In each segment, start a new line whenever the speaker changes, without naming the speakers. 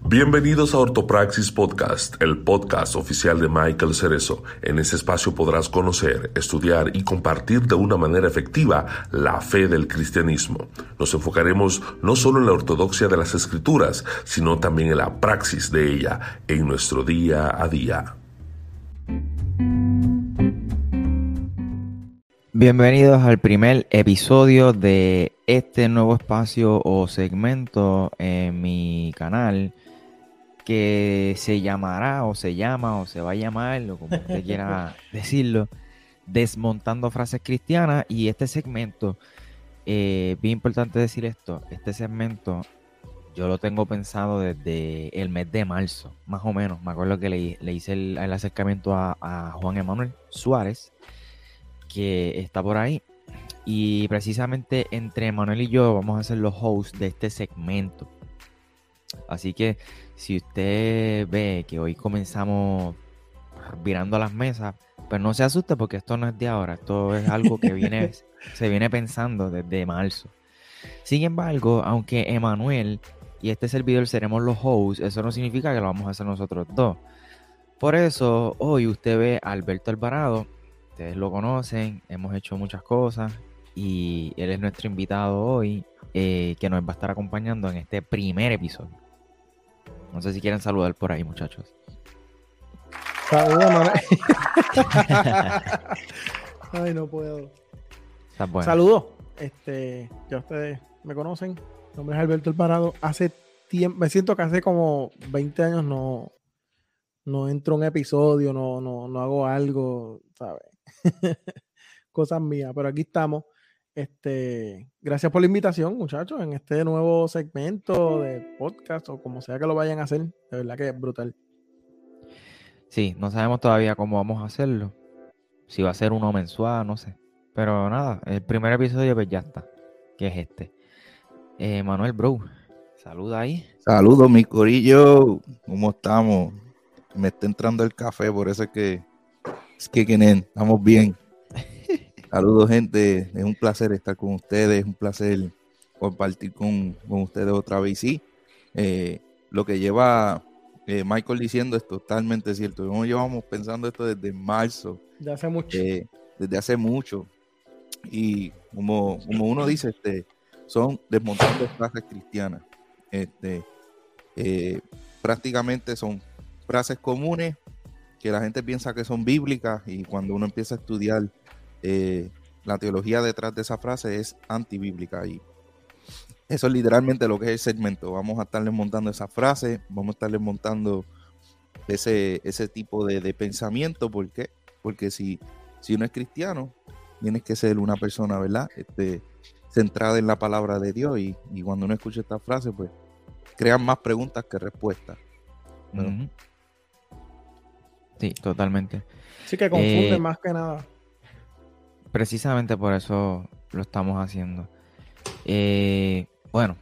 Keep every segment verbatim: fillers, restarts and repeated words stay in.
Bienvenidos a Ortopraxis Podcast, el podcast oficial de Michael Cerezo. En este espacio podrás conocer, estudiar y compartir de una manera efectiva la fe del cristianismo. Nos enfocaremos no solo en la ortodoxia de las Escrituras, sino también en la praxis de ella en nuestro día a día.
Bienvenidos al primer episodio de este nuevo espacio o segmento en mi canal, que se llamará o se llama o se va a llamar, o como usted quiera decirlo, Desmontando Frases Cristianas. Y este segmento, eh, bien importante decir esto, este segmento yo lo tengo pensado desde el mes de marzo, más o menos. Me acuerdo que le, le hice el, el acercamiento a, a Juan Emanuel Suárez, que está por ahí, y precisamente entre Manuel y yo vamos a ser los hosts de este segmento. Así que si usted ve que hoy comenzamos virando las mesas, pues no se asuste, porque esto no es de ahora, esto es algo que viene se viene pensando desde marzo. Sin embargo, aunque Emanuel y este servidor seremos los hosts, eso no significa que lo vamos a hacer nosotros dos. Por eso hoy usted ve a Alberto Alvarado. Ustedes lo conocen, hemos hecho muchas cosas y él es nuestro invitado hoy, eh, que nos va a estar acompañando en este primer episodio. No sé si quieren saludar por ahí, muchachos.
Saludos, Manuel. Ay, no puedo.
Bueno.
Saludos. Este, ya ustedes me conocen. Mi nombre es Alberto Alvarado. Hace tiempo, me siento que hace como veinte años no, no entro en un episodio, no, no, no hago algo, ¿sabes? Cosas mías, pero aquí estamos. Este, gracias por la invitación, muchachos, en este nuevo segmento de podcast o como sea que lo vayan a hacer. De verdad que es brutal.
Sí, no sabemos todavía cómo vamos a hacerlo. Si va a ser uno mensual, no sé. Pero nada, el primer episodio pues ya está, que es este. Eh, Manuel, bro, saluda ahí.
Saludos, mi corillo. ¿Cómo estamos? Me está entrando el café, por eso es que es que Kenen, estamos bien. Saludos, gente. Es un placer estar con ustedes, es un placer compartir con, con ustedes otra vez. Sí, eh, lo que lleva eh, Michael diciendo es totalmente cierto. Nosotros llevamos pensando esto desde marzo.
De hace mucho.
Eh, desde hace mucho. Y como, como uno dice, este, son desmontando frases cristianas. Este, eh, prácticamente son frases comunes que la gente piensa que son bíblicas, y cuando uno empieza a estudiar eh, la teología detrás de esa frase es antibíblica, y eso es literalmente lo que es el segmento. Vamos a estarles montando esa frase, vamos a estarles montando ese, ese tipo de, de pensamiento. ¿Por qué? Porque si, si uno es cristiano, tienes que ser una persona, ¿verdad? Este, centrada en la palabra de Dios, y, y cuando uno escucha esta frase, pues crean más preguntas que respuestas. ¿No?
Uh-huh. Sí, totalmente.
Sí, que confunde
eh,
más que nada.
Precisamente por eso lo estamos haciendo. Eh, bueno,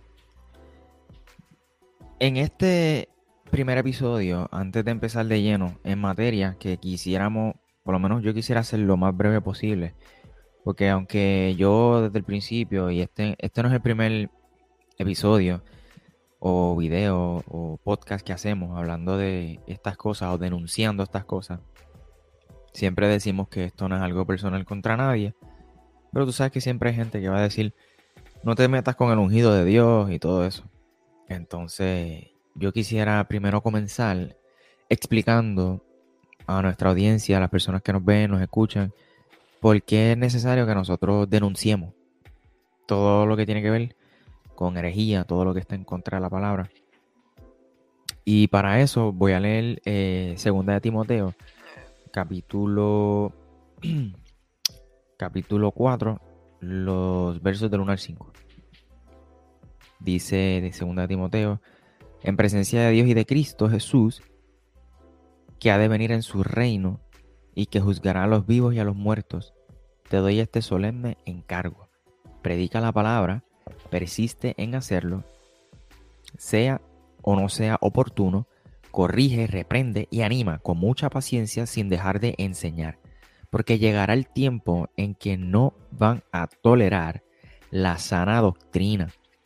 en este primer episodio, antes de empezar de lleno en materia, que quisiéramos, por lo menos yo quisiera hacer lo más breve posible, porque aunque yo desde el principio, y este, este no es el primer episodio o video o podcast que hacemos hablando de estas cosas o denunciando estas cosas, siempre decimos que esto no es algo personal contra nadie, pero tú sabes que siempre hay gente que va a decir: no te metas con el ungido de Dios y todo eso. Entonces yo quisiera primero comenzar explicando a nuestra audiencia, a las personas que nos ven, nos escuchan, por qué es necesario que nosotros denunciemos todo lo que tiene que ver con herejía, todo lo que está en contra de la palabra. Y para eso voy a leer eh, Segunda de Timoteo, capítulo capítulo cuatro, los versos del uno al cinco. Dice de Segunda de Timoteo: en presencia de Dios y de Cristo Jesús, que ha de venir en su reino y que juzgará a los vivos y a los muertos, te doy este solemne encargo: predica la palabra, persiste en hacerlo, sea o no sea oportuno, corrige, reprende y anima con mucha paciencia sin dejar de enseñar, porque llegará el tiempo en que no van a tolerar la sana doctrina,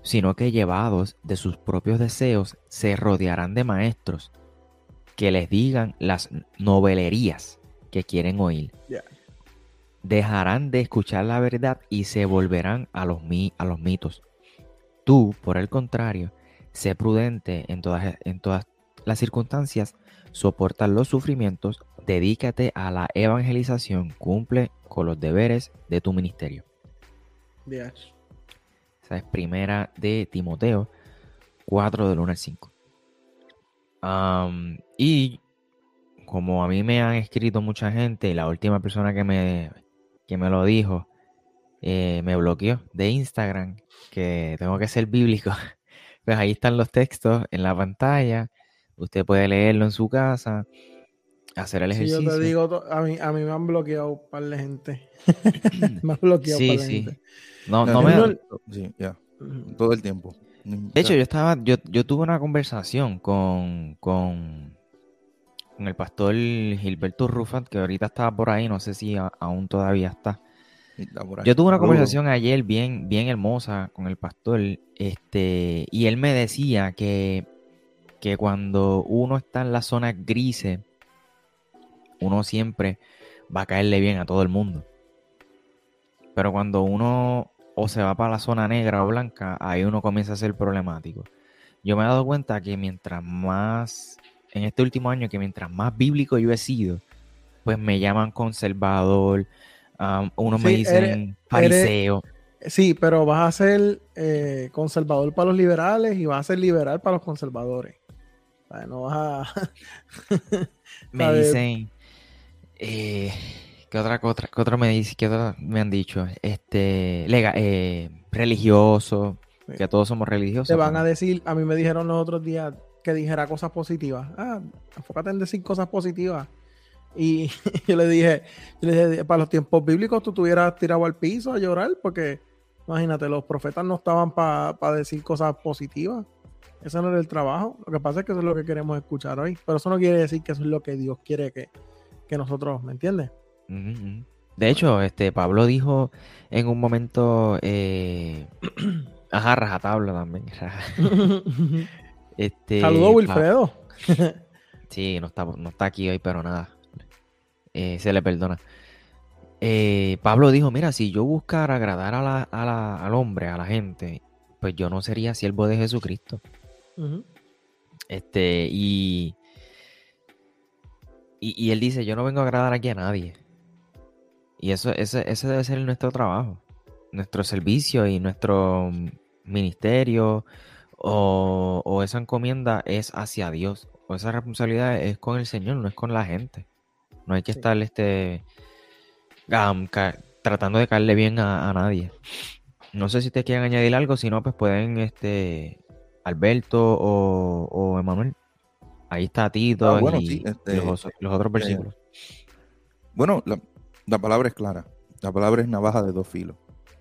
sino que llevados de sus propios deseos se rodearán de maestros que les digan las novelerías que quieren oír.
Yeah.
Dejarán de escuchar la verdad y se volverán a los, mi- a los mitos. Tú, por el contrario, sé prudente en todas, en todas las circunstancias, soporta los sufrimientos, dedícate a la evangelización, cumple con los deberes de tu ministerio.
Yeah.
Esa es primera de Timoteo cuatro del uno al cinco. Um, y como a mí me han escrito mucha gente, y la última persona que me, que me lo dijo, eh, me bloqueó de Instagram, que tengo que ser bíblico. Pues ahí están los textos en la pantalla. Usted puede leerlo en su casa, hacer el
Si yo
ejercicio.
te digo, to- a mí, a mí me han bloqueado un par de gente. Me han bloqueado un
Sí,
par de
sí.
gente.
No,
No,
no
no,
me...
no-
Sí, ya.
Ujú.
Todo el tiempo.
De hecho, yo estaba, yo, yo tuve una conversación con, con, con el pastor Gilberto Rufat, que ahorita estaba por ahí, no sé si a- aún todavía está.
Está por ahí.
Yo tuve una
Saludos.
conversación ayer bien, bien hermosa con el pastor, este, y él me decía que, que cuando uno está en las zonas grises, uno siempre va a caerle bien a todo el mundo. Pero cuando uno o se va para la zona negra o blanca, ahí uno comienza a ser problemático. Yo me he dado cuenta que mientras más, en este último año, que mientras más bíblico yo he sido, pues me llaman conservador, um, unos me
Sí,
dicen
eres-
fariseo.
Sí, pero vas a ser eh, conservador para los liberales y vas a ser liberal para los conservadores. O sea, no vas a...
Me
¿sabes?
dicen, eh, ¿qué otra cosa? ¿Qué otro me dice? ¿Qué otro me han dicho? Este, lega, eh, religioso,
Sí.
que todos somos religiosos.
Te van
pero-
a decir, a mí me dijeron los otros días que dijera cosas positivas. Ah, enfócate en decir cosas positivas. Y yo le dije, yo le dije, para los tiempos bíblicos tú tuvieras tirado al piso a llorar, porque imagínate, los profetas no estaban para decir cosas positivas. Ese no era el trabajo. Lo que pasa es que eso es lo que queremos escuchar hoy. Pero eso no quiere decir que eso es lo que Dios quiere que, que nosotros, ¿me entiendes?
Ujú, ujú. De hecho, este Pablo dijo en un momento, eh, ajá, rajatabla también. Este,
Saludos,
Pa-
Wilfredo.
Sí, no está, no está aquí hoy, pero nada, eh, se le perdona. Eh, Pablo dijo, mira, si yo buscara agradar a la, a la- al hombre, a la gente, pues yo no sería siervo de Jesucristo.
Ujú.
Este, y, y, y él dice, yo no vengo a agradar aquí a nadie. Y eso, ese, ese debe ser nuestro trabajo, nuestro servicio y nuestro ministerio o, o esa encomienda es hacia Dios. O esa responsabilidad es con el Señor, no es con la gente. No hay que
Sí.
estar este, um, ca- tratando de caerle bien a, a nadie. No sé si ustedes quieren añadir algo, si no, pues pueden, este, Alberto o, o Emanuel. Ahí está Tito
Ah, bueno,
y
sí, este,
los, los otros versículos.
Bueno, la, la palabra es clara. La palabra es navaja de dos filos.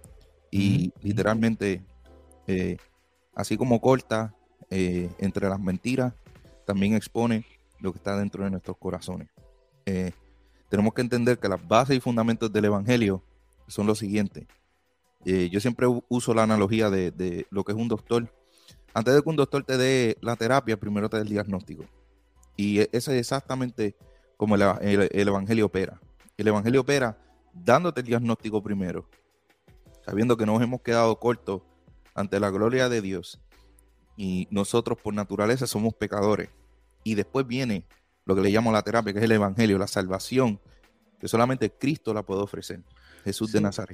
Y
Ujú, ujú.
literalmente, eh, así como corta eh, entre las mentiras, también expone lo que está dentro de nuestros corazones. Eh, tenemos que entender que las bases y fundamentos del Evangelio son los siguientes. Eh, yo siempre u- uso la analogía de, de lo que es un doctor. Antes de que un doctor te dé la terapia, primero te dé el diagnóstico. Y e- ese es exactamente como el, el- el Evangelio opera. El Evangelio opera dándote el diagnóstico primero, sabiendo que nos hemos quedado cortos ante la gloria de Dios y nosotros por naturaleza somos pecadores. Y después viene lo que le llamo la terapia, que es el Evangelio, la salvación, que solamente Cristo la puede ofrecer, Jesús de
Sí.
Nazaret.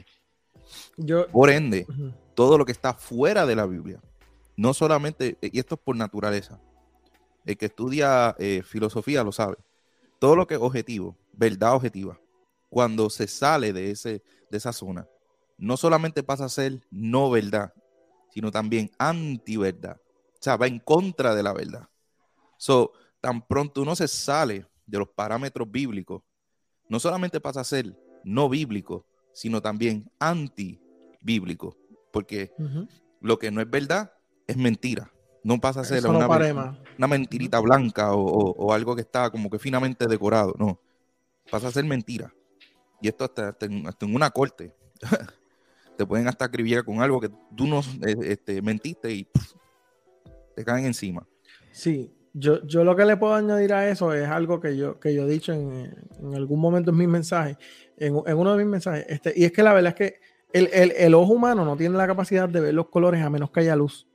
Yo,
Por ende,
Ujú.
todo lo que está fuera de la Biblia, no solamente, y esto es por naturaleza, el que estudia eh, filosofía lo sabe, todo lo que es objetivo, verdad objetiva, cuando se sale de, ese, de esa zona, no solamente pasa a ser no verdad, sino también antiverdad. O sea, va en contra de la verdad. So, tan pronto uno se sale de los parámetros bíblicos, no solamente pasa a ser no bíblico, sino también antibíblico. Porque
Ujú.
lo que no es verdad es mentira. No pasa a ser
Eso no
una,
pare
ver-
más.
una mentirita blanca o, o- o algo que está como que finamente decorado. No, pasa a ser mentira. Y esto hasta, hasta en, hasta en una corte. te pueden hasta acribillar con algo que tú no eh, este, mentiste y puf, te caen encima.
Sí, yo, yo lo que le puedo añadir a eso es algo que yo, que yo he dicho en, en algún momento en mis mensajes, en, en uno de mis mensajes, este, y es que la verdad es que el, el, el ojo humano no tiene la capacidad de ver los colores a menos que haya luz.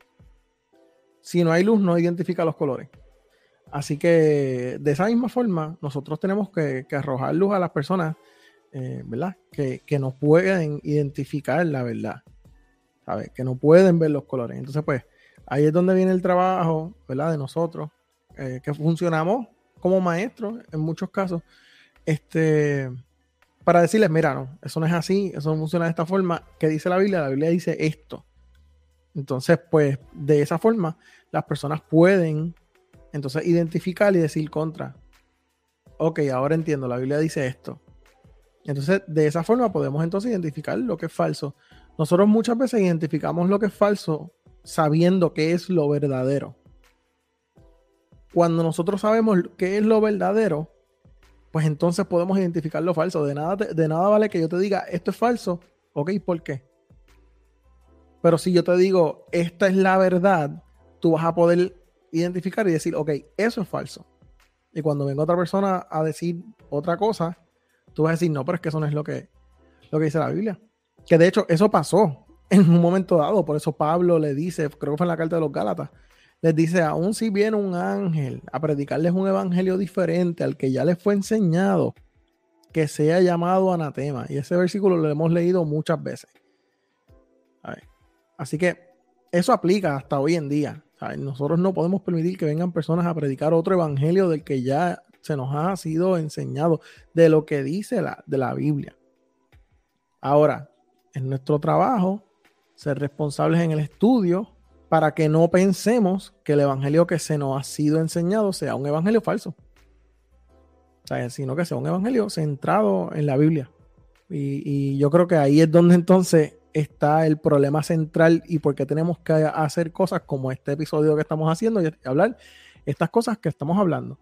Si no hay luz, no identifica los colores. Así que de esa misma forma, nosotros tenemos que, que arrojar luz a las personas, eh, ¿verdad? Que, que no pueden identificar la verdad, ¿sabes? Que no pueden ver los colores. Entonces, pues, ahí es donde viene el trabajo, ¿verdad? De nosotros, eh, que funcionamos como maestros en muchos casos, este, para decirles, mira, no, eso no es así, eso no funciona de esta forma. ¿Qué dice la Biblia? La Biblia dice esto. Entonces, pues, de esa forma, las personas pueden entonces identificar y decir contra. Ok, ahora entiendo, la Biblia dice esto. Entonces, de esa forma podemos entonces identificar lo que es falso. Nosotros muchas veces identificamos lo que es falso sabiendo qué es lo verdadero. Cuando nosotros sabemos qué es lo verdadero, pues entonces podemos identificar lo falso. De nada, te, de nada vale que yo te diga, esto es falso. Ok, ¿por qué? Pero si yo te digo, esta es la verdad, tú vas a poder identificar y decir, ok, eso es falso. Y cuando venga otra persona a decir otra cosa, tú vas a decir, no, pero es que eso no es lo que, lo que dice la Biblia. Que de hecho eso pasó en un momento dado. Por eso Pablo le dice, creo que fue en la carta de los Gálatas, les dice, aún si viene un ángel a predicarles un evangelio diferente al que ya les fue enseñado, que sea llamado anatema. Y ese versículo lo hemos leído muchas veces. A ver. Así que eso aplica hasta hoy en día. ¿Sabes? Nosotros no podemos permitir que vengan personas a predicar otro evangelio del que ya se nos ha sido enseñado, de lo que dice la, de la Biblia. Ahora, es nuestro trabajo ser responsables en el estudio para que no pensemos que el evangelio que se nos ha sido enseñado sea un evangelio falso. ¿Sabes? Sino que sea un evangelio centrado en la Biblia. Y, y yo creo que ahí es donde entonces está el problema central y por qué tenemos que hacer cosas como este episodio que estamos haciendo y hablar estas cosas que estamos hablando.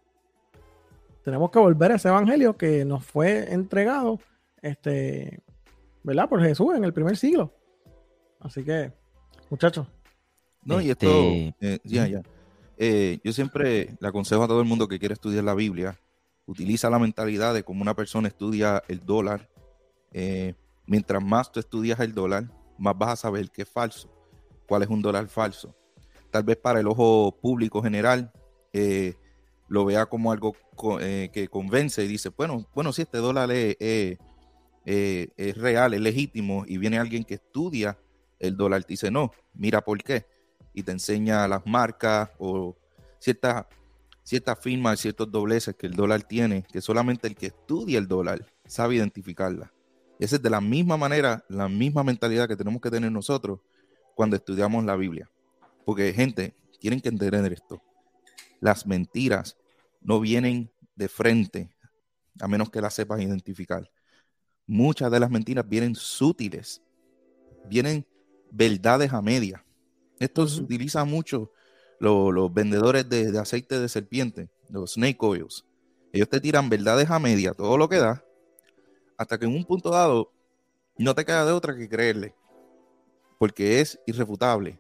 Tenemos que volver a ese evangelio que nos fue entregado, este, ¿verdad? Por Jesús en el primer siglo. Así que, muchachos.
No, y esto,
Este-
eh, ya, ya. Eh, yo siempre le aconsejo a todo el mundo que quiere estudiar la Biblia, utiliza la mentalidad de cómo una persona estudia el dólar. Eh, mientras más tú estudias el dólar, más vas a saber qué es falso, cuál es un dólar falso. Tal vez para el ojo público general eh, lo vea como algo co- eh, que convence y dice, bueno, bueno, si este dólar es, es, es, es real, es legítimo, y viene alguien que estudia el dólar, te dice, no, mira por qué, y te enseña las marcas o ciertas ciertas firmas, ciertos dobleces que el dólar tiene, que solamente el que estudia el dólar sabe identificarla. Y esa es de la misma manera, la misma mentalidad que tenemos que tener nosotros cuando estudiamos la Biblia. Porque, gente, tienen que entender esto. Las mentiras no vienen de frente, a menos que las sepas identificar. Muchas de las mentiras vienen sutiles, vienen verdades a media. Esto se utiliza mucho los, los vendedores de, de aceite de serpiente, los snake oils. Ellos te tiran verdades a media, todo lo que da, hasta que en un punto dado no te queda de otra que creerle, porque es irrefutable.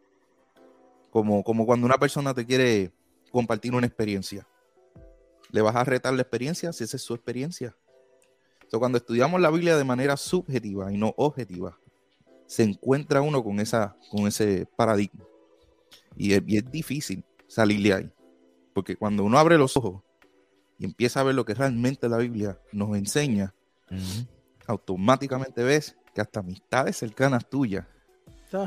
Como, como cuando una persona te quiere compartir una experiencia. ¿Le vas a retar la experiencia si esa es su experiencia? Entonces, cuando estudiamos la Biblia de manera subjetiva y no objetiva, se encuentra uno con, esa, con ese paradigma. Y es, y es difícil salirle ahí. Porque cuando uno abre los ojos y empieza a ver lo que realmente la Biblia nos enseña,
Ujú.
automáticamente ves que hasta amistades cercanas tuyas
Ah,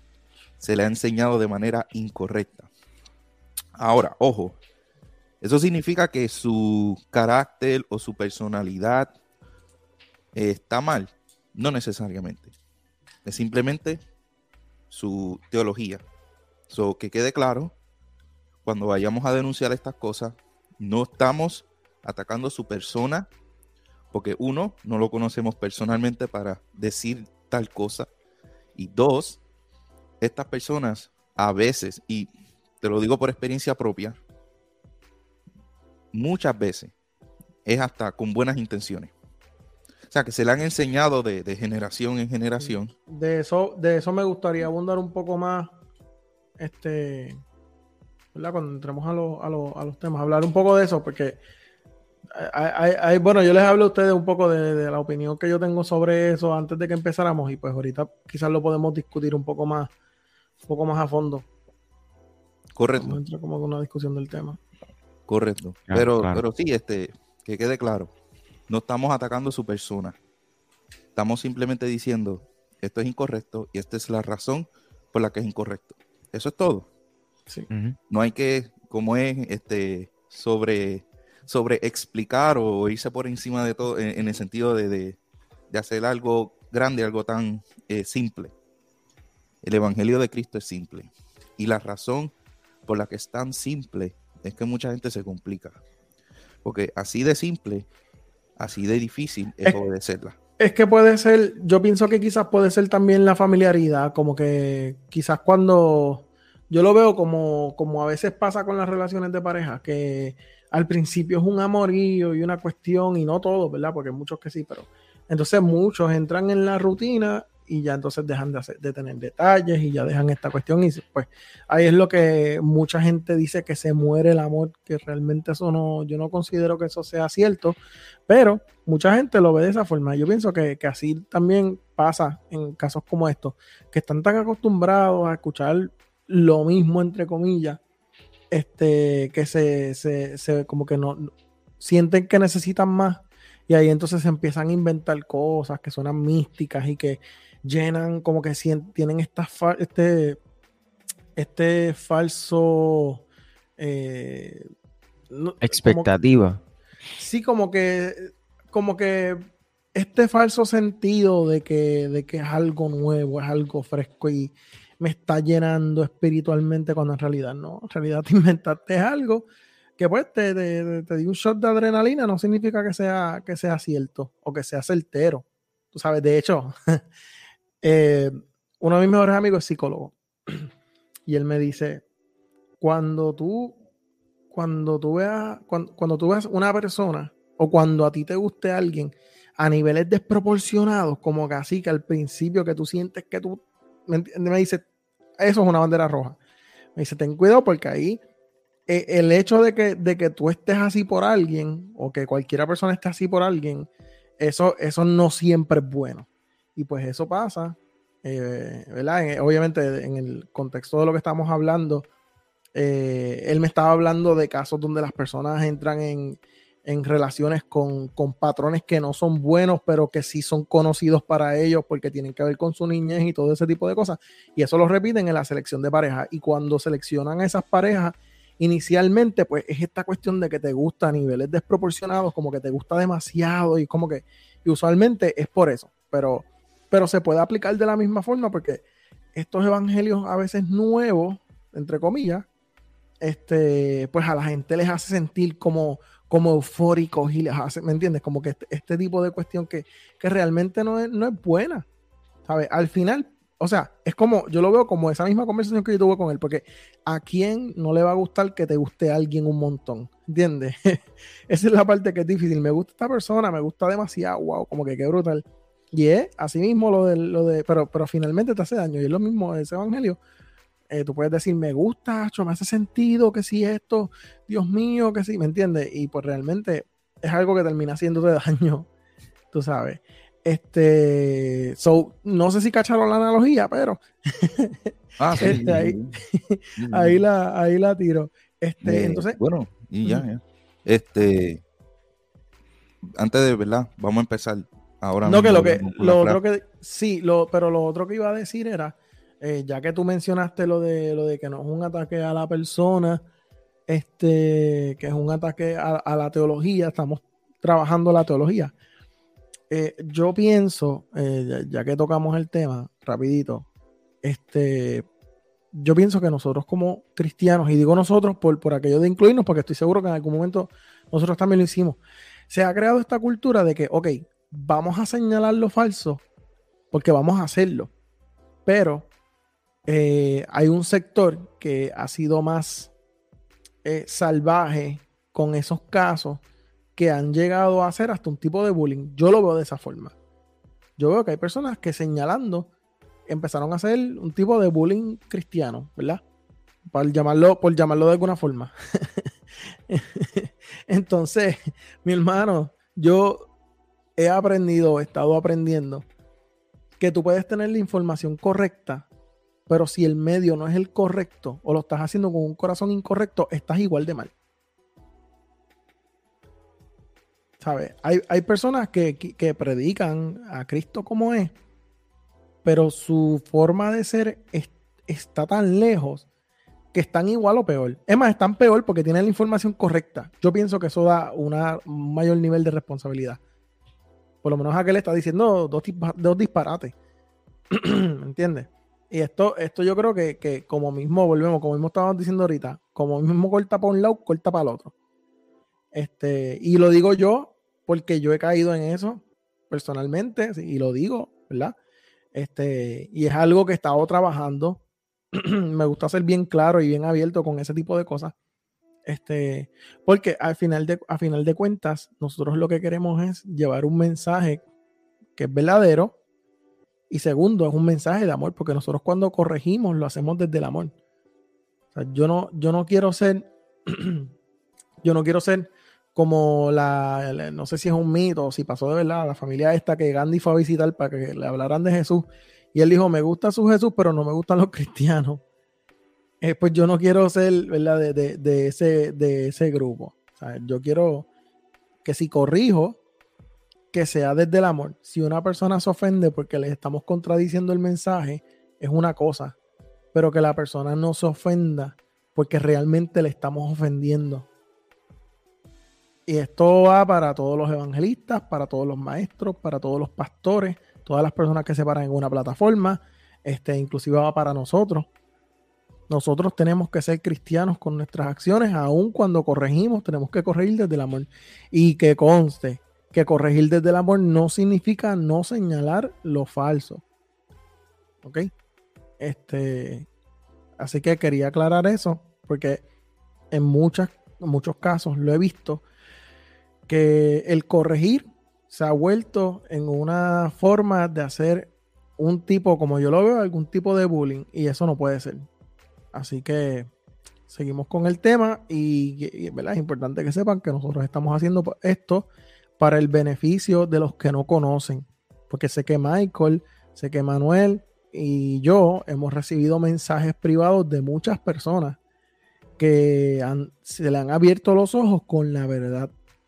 se le ha enseñado de manera incorrecta. Ahora, ojo, eso significa que su carácter o su personalidad eh, está mal. No necesariamente. Es simplemente su teología. So, que quede claro, cuando vayamos a denunciar estas cosas, no estamos atacando su persona, porque uno, no lo conocemos personalmente para decir tal cosa, y dos, estas personas a veces, y te lo digo por experiencia propia, muchas veces es hasta con buenas intenciones. sea, que se le han enseñado de, de generación en generación.
De eso, de eso me gustaría abundar un poco más, este, ¿verdad? Cuando entremos a, lo, a, lo, a los temas, hablar un poco de eso, porque hay, hay, hay, bueno, yo les hablo a ustedes un poco de, de la opinión que yo tengo sobre eso antes de que empezáramos, y pues ahorita quizás lo podemos discutir un poco más, un poco más a fondo.
Correcto.
Vamos a entrar como con una discusión del tema.
Correcto.
Ah,
pero,
claro.
pero sí, este, que quede claro, no estamos atacando su persona. Estamos simplemente diciendo, esto es incorrecto y esta es la razón por la que es incorrecto. Eso es todo.
Sí.
Ujú.
No hay que, como es, este, sobre, sobre explicar o irse por encima de todo en, en el sentido de, de, de hacer algo grande, algo tan eh, simple. El Evangelio de Cristo es simple. Y la razón por la que es tan simple es que mucha gente se complica. Porque así de simple, así de difícil es
Es-
obedecerla.
Es que puede ser, yo pienso que quizás puede ser también la familiaridad, como que quizás cuando yo lo veo como, como a veces pasa con las relaciones de pareja, que al principio es un amorío y una cuestión, y no todos, ¿verdad? Porque hay muchos que sí, pero entonces muchos entran en la rutina y ya entonces dejan de, hacer, de tener detalles y ya dejan esta cuestión, y pues ahí es lo que mucha gente dice, que se muere el amor, que realmente eso no, yo no considero que eso sea cierto, pero mucha gente lo ve de esa forma. Yo pienso que, que así también pasa en casos como estos, que están tan acostumbrados a escuchar lo mismo, entre comillas, este, que se, se, se como que no sienten que necesitan más, y ahí entonces se empiezan a inventar cosas que suenan místicas y que llenan, como que sien- tienen esta fa- este, este falso eh, no- como-
Expectativa.
sí, como que, como que este falso sentido de que, de que es algo nuevo, es algo fresco y me está llenando espiritualmente, cuando en realidad no. En realidad te inventaste algo que pues te, te, te dio un shot de adrenalina, no significa que sea, que sea cierto o que sea certero. Tú sabes, de hecho, eh, uno de mis mejores amigos es psicólogo y él me dice, cuando tú cuando tú veas, cuando, cuando tú veas una persona o cuando a ti te guste alguien a niveles desproporcionados, como que así que al principio que tú sientes que tú, me, enti- me dice, eso es una bandera roja. Me dice, ten cuidado porque ahí eh, el hecho de que, de que tú estés así por alguien o que cualquiera persona esté así por alguien, eso, eso no siempre es bueno. Y pues eso pasa, eh, ¿verdad? En- obviamente en el contexto de lo que estamos hablando, eh, él me estaba hablando de casos donde las personas entran en, en relaciones con, con patrones que no son buenos, pero que sí son conocidos para ellos porque tienen que ver con su niñez y todo ese tipo de cosas. Y eso lo repiten en la selección de parejas. Y cuando seleccionan a esas parejas, inicialmente, pues es esta cuestión de que te gusta a niveles desproporcionados, como que te gusta demasiado y como que, y usualmente es por eso. Pero, pero se puede aplicar de la misma forma porque estos evangelios a veces nuevos, entre comillas, este, pues a la gente les hace sentir como, como eufóricos y les hace, ¿me entiendes? Como que este, este tipo de cuestión que, que realmente no es, no es buena, ¿sabes? Al final, o sea, es como, yo lo veo como esa misma conversación que yo tuve con él, porque ¿a quién no le va a gustar que te guste alguien un montón? ¿Entiendes? Esa es la parte que es difícil. Me gusta esta persona, me gusta demasiado, wow, como que qué brutal. Y es así mismo lo de, lo de pero, pero finalmente te hace daño, y es lo mismo ese evangelio. Eh, tú puedes decir, me gusta, me hace sentido, que sí esto, Dios mío, que sí, ¿me entiendes? Y pues realmente es algo que termina haciéndote daño, tú sabes. Este, so, no sé si cacharon la analogía, pero
Ah, sí.
este, ahí,
sí, sí.
ahí, la, ahí la tiro. Este,
Eh,
entonces,
bueno, y ya, ya. Este, antes de, ¿verdad? Vamos a empezar ahora
no,
mismo
que lo que,
con la
lo
frase.
otro que, sí, lo, pero lo otro que iba a decir era, eh, ya que tú mencionaste lo de, lo de que no es un ataque a la persona, este, que es un ataque a, a la teología, estamos trabajando la teología. Eh, yo pienso, eh, ya, ya que tocamos el tema, rapidito, este, yo pienso que nosotros como cristianos, y digo nosotros por, por aquello de incluirnos, porque estoy seguro que en algún momento nosotros también lo hicimos, se ha creado esta cultura de que, ok, vamos a señalar lo falso porque vamos a hacerlo, pero eh, hay un sector que ha sido más eh, salvaje con esos casos que han llegado a hacer hasta un tipo de bullying. Yo lo veo de esa forma. Yo veo que hay personas que señalando empezaron a hacer un tipo de bullying cristiano, ¿verdad? Por llamarlo, por llamarlo de alguna forma. Entonces, mi hermano, yo he aprendido, he estado aprendiendo que tú puedes tener la información correcta, pero si el medio no es el correcto o lo estás haciendo con un corazón incorrecto, estás igual de mal. ¿Sabes? Hay, hay personas que, que, que predican a Cristo como es, pero su forma de ser es, está tan lejos que están igual o peor. Es más, están peor porque tienen la información correcta. Yo pienso que eso da una, un mayor nivel de responsabilidad. Por lo menos aquel está diciendo dos, dos disparates. ¿Me entiendes? Y esto, esto yo creo que, que como mismo, volvemos, como mismo estábamos diciendo ahorita, como mismo corta para un lado, corta para el otro. Este, y lo digo yo porque yo he caído en eso personalmente, y lo digo, ¿verdad? Este, y es algo que he estado trabajando. Me gusta ser bien claro y bien abierto con ese tipo de cosas. Este, porque al final de, a final de cuentas, nosotros lo que queremos es llevar un mensaje que es verdadero. Y segundo, es un mensaje de amor, porque nosotros cuando corregimos lo hacemos desde el amor. O sea, yo no, yo no quiero ser, yo no quiero ser como la, la, no sé si es un mito o si pasó de verdad, la familia esta que Gandhi fue a visitar para que le hablaran de Jesús. Y él dijo, me gusta su Jesús, pero no me gustan los cristianos. Eh, pues yo no quiero ser, ¿verdad? De, de, de, ese, de ese grupo. O sea, yo quiero que si corrijo, que sea desde el amor. Si una persona se ofende porque le estamos contradiciendo el mensaje, es una cosa. Pero que la persona no se ofenda porque realmente le estamos ofendiendo. Y esto va para todos los evangelistas, para todos los maestros, para todos los pastores, todas las personas que se paran en una plataforma, este, inclusive va para nosotros. Nosotros tenemos que ser cristianos con nuestras acciones, aun cuando corregimos, tenemos que corregir desde el amor. Y que conste que corregir desde el amor no significa no señalar lo falso. ¿Ok? Este, así que quería aclarar eso, porque en, muchas, en muchos casos lo he visto, que el corregir se ha vuelto en una forma de hacer un tipo, como yo lo veo, algún tipo de bullying, y eso no puede ser. Así que seguimos con el tema y, y ¿verdad? Es importante que sepan que nosotros estamos haciendo esto para el beneficio de los que no conocen, porque sé que Michael, sé que Manuel y yo hemos recibido mensajes privados de muchas personas que han, se le han abierto los ojos con la verdad.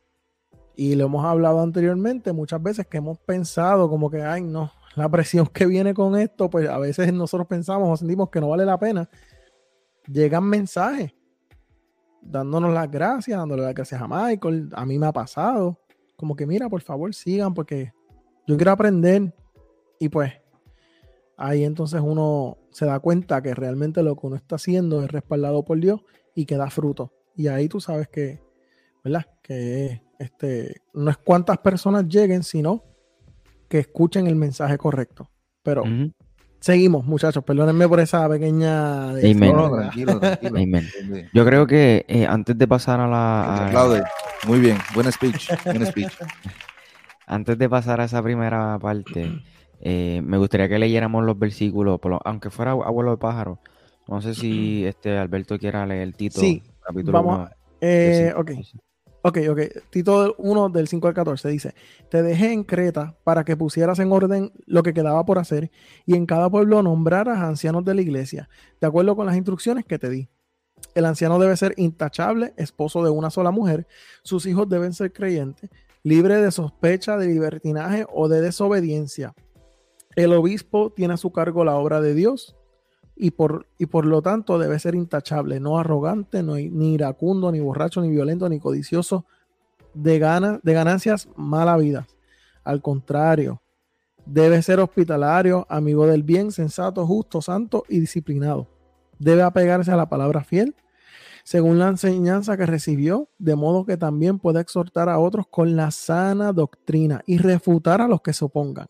Y lo hemos hablado anteriormente muchas veces, que hemos pensado como que, ay no, la presión que viene con esto, pues a veces nosotros pensamos o sentimos que no vale la pena. Llegan mensajes dándonos las gracias, dándole las gracias a Michael. A mí me ha pasado como que, mira, por favor sigan porque yo quiero aprender. Y pues ahí entonces uno se da cuenta que realmente lo que uno está haciendo es respaldado por Dios y que da fruto. Y ahí tú sabes que, ¿verdad? Que este, no es cuántas personas lleguen, sino que escuchen el mensaje correcto. Pero uh-huh. Seguimos, muchachos. Perdónenme por esa pequeña... De
Amen.
No, tranquilo, tranquilo.
Amen. Yo creo que eh, antes de pasar a la...
Aplaude. Muy bien. Buen speech. Buen speech.
Antes de pasar a esa primera parte, eh, me gustaría que leyéramos los versículos, por lo, aunque fuera abuelo de pájaro. No sé si este Alberto quiera leer Tito.
Sí,
capítulo
vamos
uno,
a... Eh, ok. Ok, ok. Tito uno del cinco al catorce dice: te dejé en Creta para que pusieras en orden lo que quedaba por hacer y en cada pueblo nombraras a ancianos de la iglesia, de acuerdo con las instrucciones que te di. El anciano debe ser intachable, esposo de una sola mujer, sus hijos deben ser creyentes, libre de sospecha de libertinaje o de desobediencia. El obispo tiene a su cargo la obra de Dios y por, y por lo tanto debe ser intachable, no arrogante, no, ni iracundo, ni borracho, ni violento, ni codicioso de, gana, de ganancias mal habidas. Al contrario, debe ser hospitalario, amigo del bien, sensato, justo, santo y disciplinado. Debe apegarse a la palabra fiel, según la enseñanza que recibió, de modo que también pueda exhortar a otros con la sana doctrina y refutar a los que se opongan.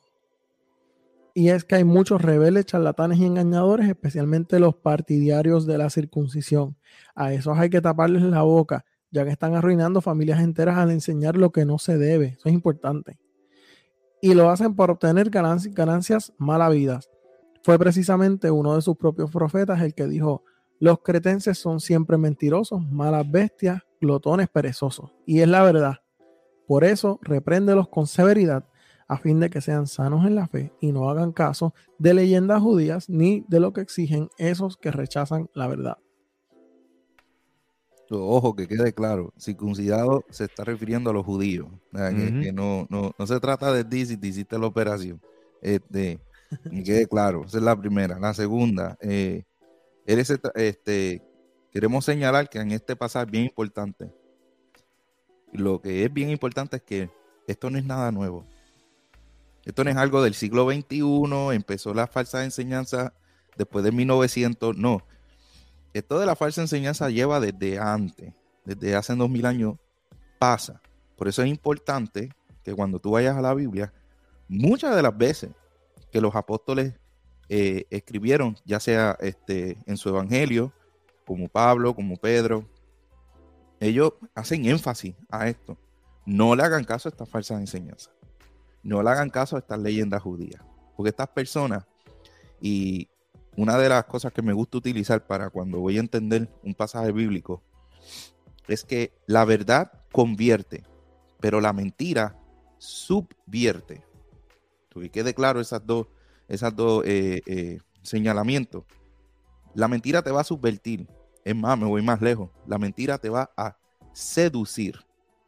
Y es que hay muchos rebeldes, charlatanes y engañadores, especialmente los partidarios de la circuncisión. A esos hay que taparles la boca, ya que están arruinando familias enteras al enseñar lo que no se debe. Eso es importante. Y lo hacen por obtener ganancias, ganancias mal habidas. Fue precisamente uno de sus propios profetas el que dijo: los cretenses son siempre mentirosos, malas bestias, glotones perezosos. Y es la verdad. Por eso, repréndelos con severidad, a fin de que sean sanos en la fe y no hagan caso de leyendas judías ni de lo que exigen esos que rechazan la verdad.
Ojo, que quede claro, circuncidado se está refiriendo a los judíos. O sea, que,
Ujú.
que no, no, no se trata de ti si te hiciste la operación. Este, que quede claro, esa es la primera. La segunda, eh, eres, este, queremos señalar que en este pasaje es bien importante. Lo que es bien importante es que esto no es nada nuevo. Esto no es algo del siglo veintiuno, empezó la falsa enseñanza después de mil novecientos, no. Esto de la falsa enseñanza lleva desde antes, desde hace dos mil años, pasa. Por eso es importante que cuando tú vayas a la Biblia, muchas de las veces que los apóstoles eh, escribieron, ya sea este, en su evangelio, como Pablo, como Pedro, ellos hacen énfasis a esto. No le hagan caso a estas falsas enseñanzas. No le hagan caso a estas leyendas judías. Porque estas personas, y una de las cosas que me gusta utilizar para cuando voy a entender un pasaje bíblico, es que la verdad convierte, pero la mentira subvierte. Que quede claro esas dos, esas dos eh, eh, señalamientos. La mentira te va a subvertir. Es más, me voy más lejos. La mentira te va a seducir.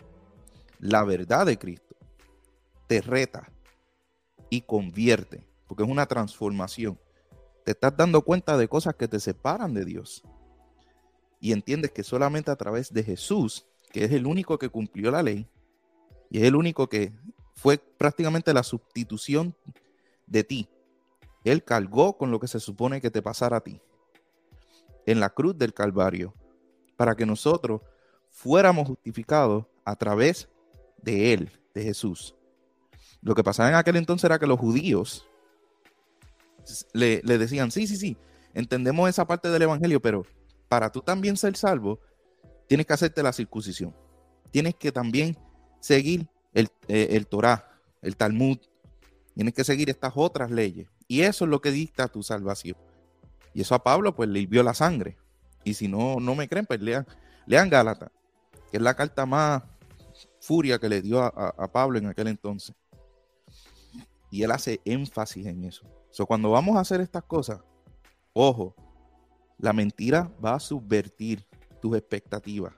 La verdad de Cristo te reta y convierte, porque es una transformación. Te estás dando cuenta de cosas que te separan de Dios y entiendes que solamente a través de Jesús, que es el único que cumplió la ley y es el único que fue prácticamente la sustitución de ti. Él cargó con lo que se supone que te pasara a ti en la cruz del Calvario para que nosotros fuéramos justificados a través de Él, de Jesús. Lo que pasaba en aquel entonces era que los judíos le, le decían, sí, sí, sí, entendemos esa parte del evangelio, pero para tú también ser salvo, tienes que hacerte la circuncisión. Tienes que también seguir el, eh, el Torá, el Talmud. Tienes que seguir estas otras leyes. Y eso es lo que dicta tu salvación. Y eso a Pablo pues le hirvió la sangre. Y si no, no me creen, pues lean, lean Gálatas, que es la carta más furia que le dio a, a, a Pablo en aquel entonces. Y él hace énfasis en eso. So, cuando vamos a hacer estas cosas, ojo, la mentira va a subvertir tus expectativas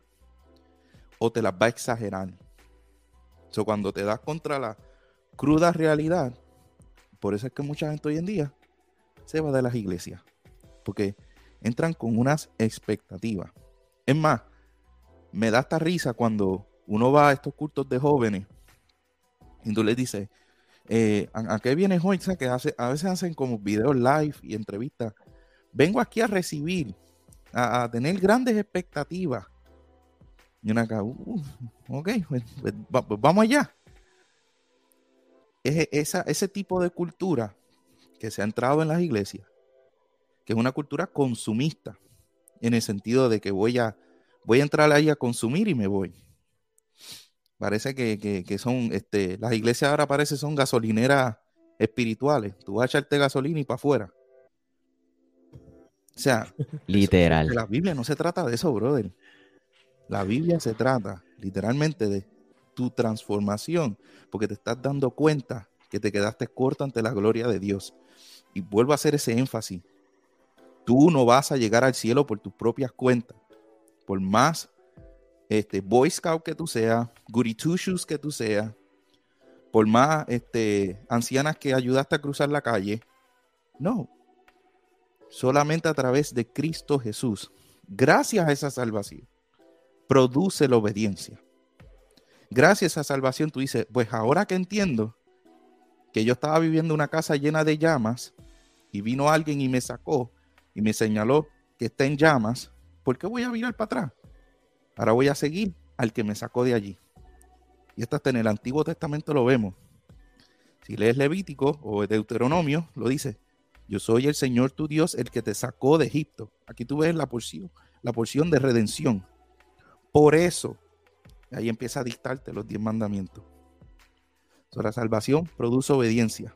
o te las va a exagerar. So, cuando te das contra la cruda realidad, por eso es que mucha gente hoy en día se va de las iglesias, porque entran con unas expectativas. Es más, me da esta risa cuando uno va a estos cultos de jóvenes y tú les dices, eh, ¿a, ¿a qué vienes hoy? O sea, que hace, a veces hacen como videos live y entrevistas. Vengo aquí a recibir, a, a tener grandes expectativas. Y uno acá, uh, ok, pues, pues, pues vamos allá. Es esa, ese tipo de cultura que se ha entrado en las iglesias, que es una cultura consumista, en el sentido de que voy a, voy a entrar ahí a consumir y me voy. Parece que, que, que son, este, las iglesias ahora parece son gasolineras espirituales. Tú vas a echarte gasolina y para afuera. O sea,
literal.
Eso, la Biblia no se trata de eso, brother. La Biblia se trata literalmente de tu transformación, porque te estás dando cuenta que te quedaste corto ante la gloria de Dios. Y vuelvo a hacer ese énfasis. Tú no vas a llegar al cielo por tus propias cuentas. Por más este, Boy Scout que tú seas, Goody Two Shoes que tú seas, por más este, ancianas que ayudaste a cruzar la calle. No. Solamente a través de Cristo Jesús. Gracias a esa salvación, produce la obediencia. Gracias a esa salvación tú dices, pues ahora que entiendo que yo estaba viviendo una casa llena de llamas y vino alguien y me sacó y me señaló que está en llamas, ¿por qué voy a virar para atrás? Ahora voy a seguir al que me sacó de allí. Y esto hasta en el Antiguo Testamento lo vemos. Si lees Levítico o Deuteronomio, lo dice, yo soy el Señor tu Dios, el que te sacó de Egipto. Aquí tú ves la porción, la porción de redención. Por eso, ahí empieza a dictarte los diez mandamientos. So, la salvación produce obediencia.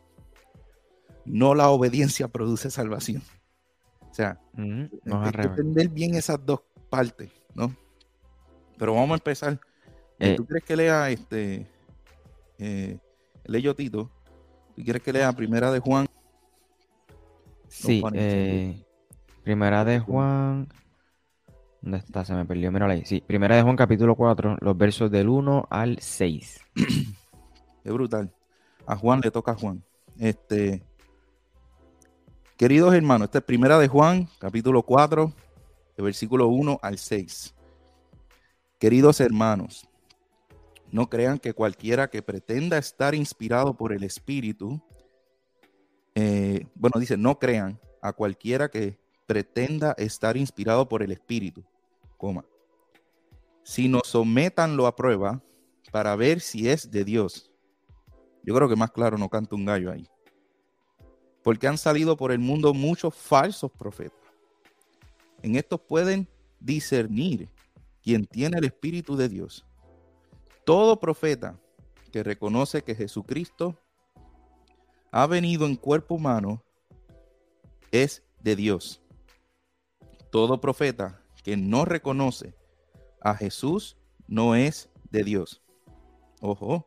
No la obediencia produce salvación. O sea,
Mm, no
hay
es al
que
revés.
entender bien esas dos partes, ¿no? Pero vamos a empezar. Eh,
Eh,
¿Tú quieres que lea este? Eh, leo Tito. ¿Tú quieres que lea Primera de Juan?
sí,
Juan,
eh, Primera de Juan. ¿Dónde está? Se me perdió. Mírala ahí. Sí, Primera de Juan, capítulo cuatro, los versos del uno al seis.
Es brutal. A Juan le toca a Juan. Este, queridos hermanos, esta es Primera de Juan, capítulo cuatro, de versículo uno al seis. Queridos hermanos, no crean que cualquiera que pretenda estar inspirado por el Espíritu, eh, bueno, dice, no crean a cualquiera que pretenda estar inspirado por el Espíritu, coma, sino sométanlo a prueba para ver si es de Dios. Yo creo que más claro no canta un gallo ahí. Porque han salido por el mundo muchos falsos profetas. En estos pueden discernir quién tiene el Espíritu de Dios. Todo profeta que reconoce que Jesucristo ha venido en cuerpo humano es de Dios. Todo profeta que no reconoce a Jesús no es de Dios. Ojo,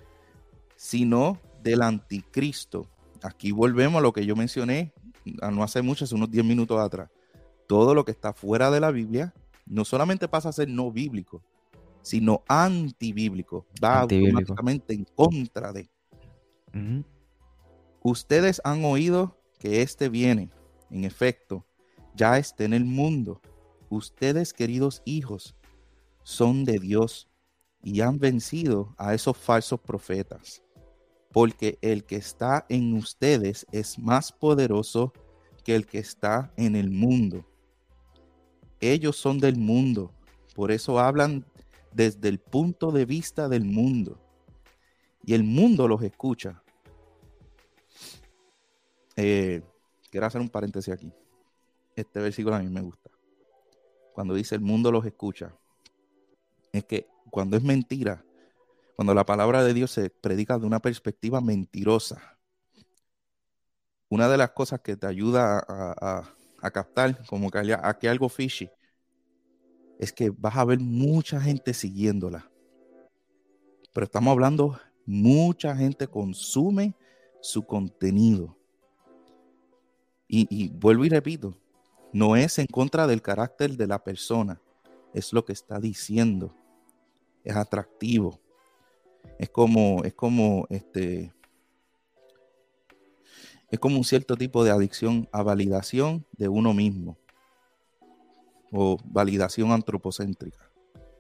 sino del anticristo. Aquí volvemos a lo que yo mencioné no hace mucho, hace unos diez minutos atrás. Todo lo que está fuera de la Biblia no solamente pasa a ser no bíblico, sino antibíblico. Va
Antibíblico.
automáticamente en contra de.
Ujú.
Ustedes han oído que éste viene. En efecto, ya está en el mundo. Ustedes, queridos hijos, son de Dios y han vencido a esos falsos profetas. Porque el que está en ustedes es más poderoso que el que está en el mundo. Ellos son del mundo, por eso hablan desde el punto de vista del mundo. Y el mundo los escucha. Eh, quiero hacer un paréntesis aquí. Este versículo a mí me gusta. Cuando dice el mundo los escucha, es que cuando es mentira, cuando la palabra de Dios se predica de una perspectiva mentirosa, una de las cosas que te ayuda a, a, a captar como que haya, aquí algo fishy es que vas a ver mucha gente siguiéndola. Pero estamos hablando, mucha gente consume su contenido. Y, y vuelvo y repito, no es en contra del carácter de la persona, es lo que está diciendo. Es atractivo. Es como, es como este, es como un cierto tipo de adicción a validación de uno mismo o validación antropocéntrica.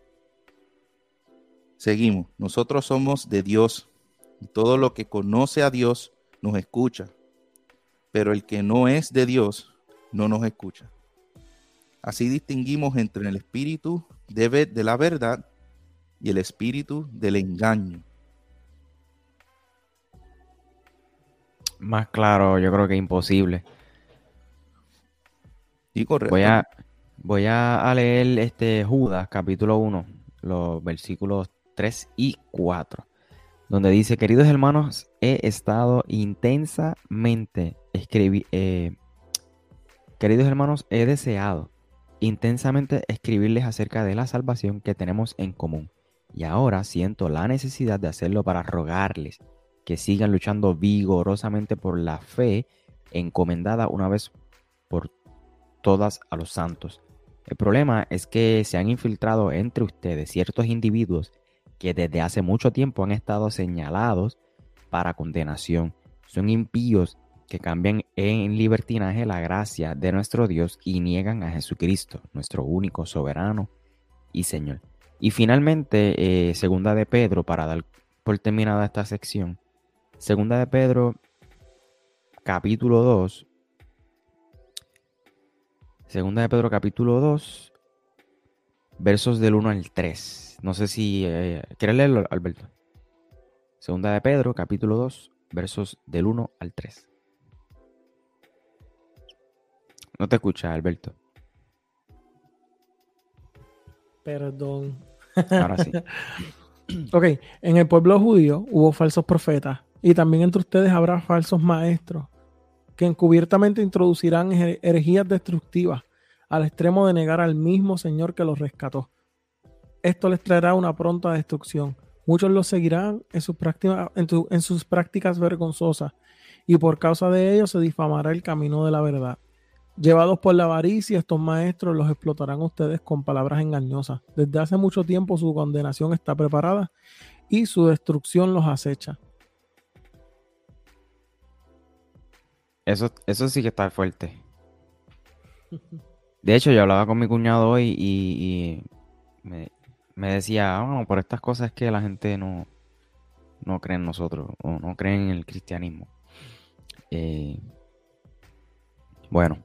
Seguimos. Nosotros somos de Dios y todo lo que conoce a Dios nos escucha, pero el que no es de Dios no nos escucha. Así distinguimos entre el espíritu de, de la verdad y el espíritu del engaño.
Más claro, yo creo que imposible.
Y correcto.
Voy a, voy a leer este Judas, capítulo uno, los versículos tres y cuatro, donde dice: queridos hermanos, he estado intensamente escribi eh, queridos hermanos, he deseado intensamente escribirles acerca de la salvación que tenemos en común, y ahora siento la necesidad de hacerlo para rogarles que sigan luchando vigorosamente por la fe encomendada una vez por todas a los santos. El problema es que se han infiltrado entre ustedes ciertos individuos que desde hace mucho tiempo han estado señalados para condenación. Son impíos que cambian en libertinaje la gracia de nuestro Dios y niegan a Jesucristo, nuestro único soberano y Señor. Y finalmente, eh, segunda de Pedro, para dar por terminada esta sección, segunda de Pedro, capítulo dos, segunda de Pedro, capítulo dos, versos del uno al tres. No sé si... Eh, ¿Quieres leerlo, Alberto? Segunda de Pedro, capítulo dos, versos del uno al tres. No te escucha, Alberto.
Perdón.
Ahora sí.
Ok, en el pueblo judío hubo falsos profetas y también entre ustedes habrá falsos maestros que encubiertamente introducirán her- herejías destructivas al extremo de negar al mismo Señor que los rescató. Esto les traerá una pronta destrucción. Muchos los seguirán en sus prácticas, en tu- en sus prácticas vergonzosas y por causa de ello se difamará el camino de la verdad. Llevados por la avaricia, estos maestros los explotarán a ustedes con palabras engañosas. Desde hace mucho tiempo su condenación está preparada y su destrucción los acecha.
Eso, eso sí que está fuerte. De hecho, yo hablaba con mi cuñado hoy y, y me, me decía, bueno, por estas cosas es que la gente no, no cree en nosotros o no cree en el cristianismo. Eh, bueno.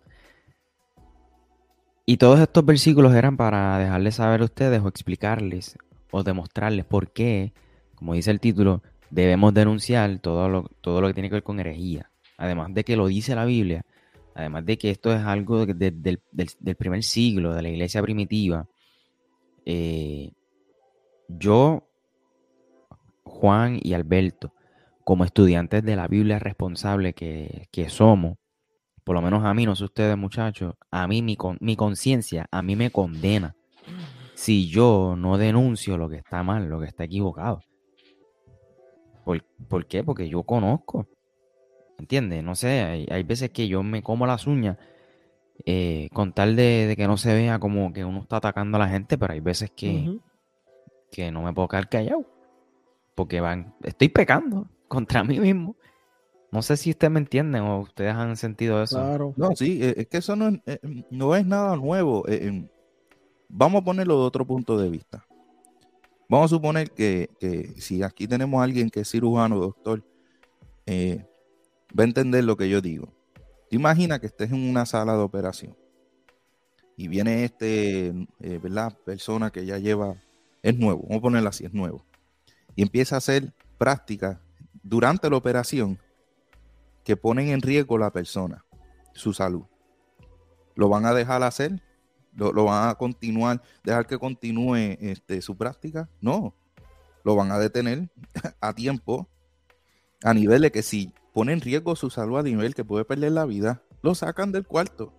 Y todos estos versículos eran para dejarles saber a ustedes o explicarles o demostrarles por qué, como dice el título, debemos denunciar todo lo, todo lo que tiene que ver con herejía. Además de que lo dice la Biblia, además de que esto es algo de, de, del, del, del primer siglo, de la iglesia primitiva. Eh, yo, Juan y Alberto, como estudiantes de la Biblia responsable que, que somos, por lo menos a mí, no sé ustedes muchachos, a mí mi, con, mi conciencia, a mí me condena si yo no denuncio lo que está mal, lo que está equivocado. ¿Por, ¿por qué? Porque yo conozco, ¿entiendes? No sé, hay, hay veces que yo me como las uñas eh, con tal de, de que no se vea como que uno está atacando a la gente, pero hay veces que,
Uh-huh.
que no me puedo quedar callado, porque van, estoy pecando contra mí mismo. No sé si ustedes me entienden o ustedes han sentido eso.
Claro.
No, sí, eh, es que eso no es, eh, no es nada nuevo. Eh, eh, vamos a ponerlo de otro punto de vista. Vamos a suponer que, que si aquí tenemos a alguien que es cirujano, doctor, eh, va a entender lo que yo digo. Te imaginas que estés en una sala de operación y viene este, eh, ¿verdad? Persona que ya lleva, es nuevo, vamos a ponerlo así, es nuevo, y empieza a hacer prácticas durante la operación que ponen en riesgo la persona, su salud. ¿Lo van a dejar hacer? ¿Lo, lo van a continuar, dejar que continúe este, su práctica? No, lo van a detener a tiempo, a nivel de que si pone en riesgo su salud a nivel que puede perder la vida, lo sacan del cuarto.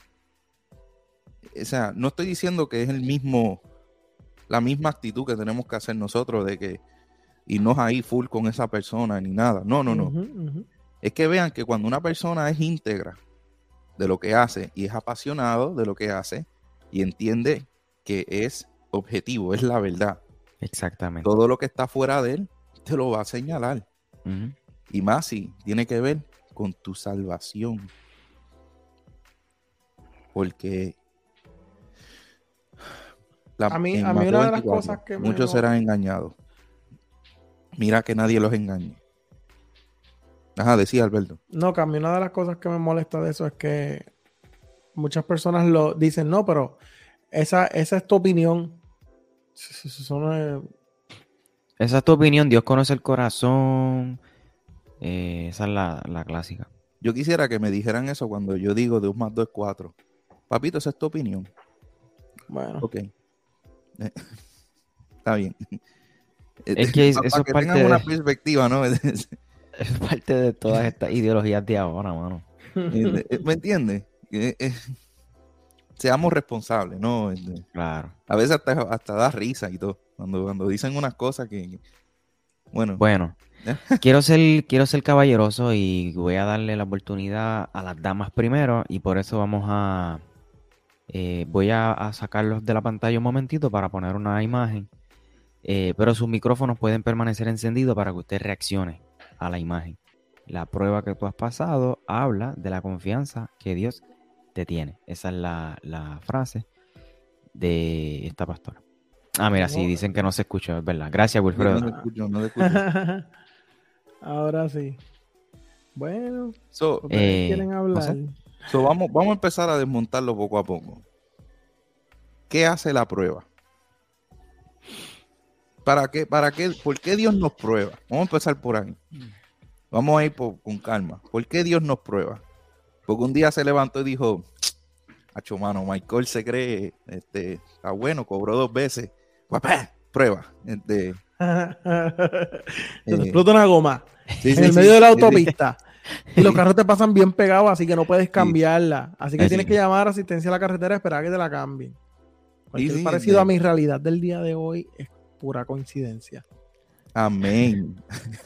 O sea, no estoy diciendo que es el mismo, la misma actitud que tenemos que hacer nosotros de que irnos ahí full con esa persona ni nada. No, no, no.
Uh-huh, uh-huh.
Es que vean que cuando una persona es íntegra de lo que hace y es apasionado de lo que hace y entiende que es objetivo, es la verdad.
Exactamente.
Todo lo que está fuera de él te lo va a señalar.
Uh-huh.
Y más si tiene que ver con tu salvación. Porque la,
A mí,
en
a mí
Mateo
una de las
veinticuatro,
cosas que me
muchos
mo-
serán engañados. Mira que nadie los engañe. Ajá, decía Alberto.
No, que a mí una de las cosas que me molesta de eso es que muchas personas lo dicen, no, pero esa, esa es tu opinión. Eso- eso- eso no es-
Esa es tu opinión, Dios conoce el corazón. Eh, esa es la, la clásica.
Yo quisiera que me dijeran eso cuando yo digo dos más dos es cuatro. Papito, esa es tu opinión.
Bueno,
Ok. Eh, Está bien.
Es que es-
Para
eso es
que
parte
tengan una
de,
perspectiva, ¿no?
es parte de todas estas ideologías de ahora, mano.
¿Me entiendes? Eh, eh, Seamos responsables, ¿no? Este,
Claro.
A veces hasta, hasta da risa y todo. Cuando, cuando dicen unas cosas que, que- bueno,
Bueno, quiero ser, quiero ser caballeroso y voy a darle la oportunidad a las damas primero y por eso vamos a... eh, voy a, a sacarlos de la pantalla un momentito para poner una imagen, eh, pero sus micrófonos pueden permanecer encendidos para que usted reaccione a la imagen. La prueba que tú has pasado habla de la confianza que Dios te tiene. Esa es la, la frase de esta pastora. Ah, mira, sí, dicen que no se escucha, es verdad. Gracias,
no
Wilfredo.
te escucho, no te escucho.
ahora sí. Bueno,
So,
ustedes
Eh,
quieren
no
hablar.
sé.
so vamos, vamos a empezar a desmontarlo poco a poco. ¿Qué hace la prueba? ¿Para qué? ¿Para qué? ¿Por qué Dios nos prueba? Vamos a empezar por ahí. Vamos a ir por- con calma. ¿Por qué Dios nos prueba? Porque un día se levantó y dijo, Hacho, mano, Michael se cree, este, está bueno, cobró dos veces. ¡Guapá! Prueba. Este,
Se te
eh,
explota una goma
sí,
en
sí,
el
sí,
medio de la
sí,
autopista. Y los carros te pasan bien pegados, así que no puedes
Sí.
cambiarla. Así que
Sí.
tienes que llamar a asistencia a la carretera y esperar a que te la cambien. Cualquier
sí,
parecido
de-
a mi realidad del día de hoy es pura coincidencia.
Amén.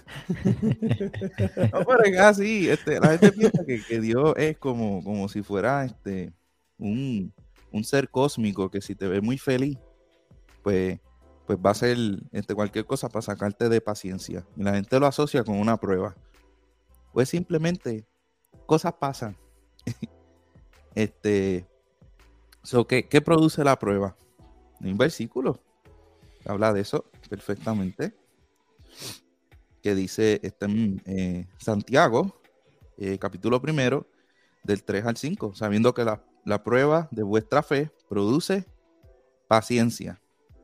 No, pero es así, este, la gente piensa que, que Dios es como, como si fuera este, un, un ser cósmico que si te ve muy feliz, pues, pues va a ser este, cualquier cosa para sacarte de paciencia. Y la gente lo asocia con una prueba. Pues simplemente cosas pasan. este, so, ¿qué, ¿Qué produce la prueba? Un versículo habla de eso perfectamente, que dice, está en eh, Santiago, eh, capítulo primero, del tres al cinco, sabiendo que la, la prueba de vuestra fe produce paciencia.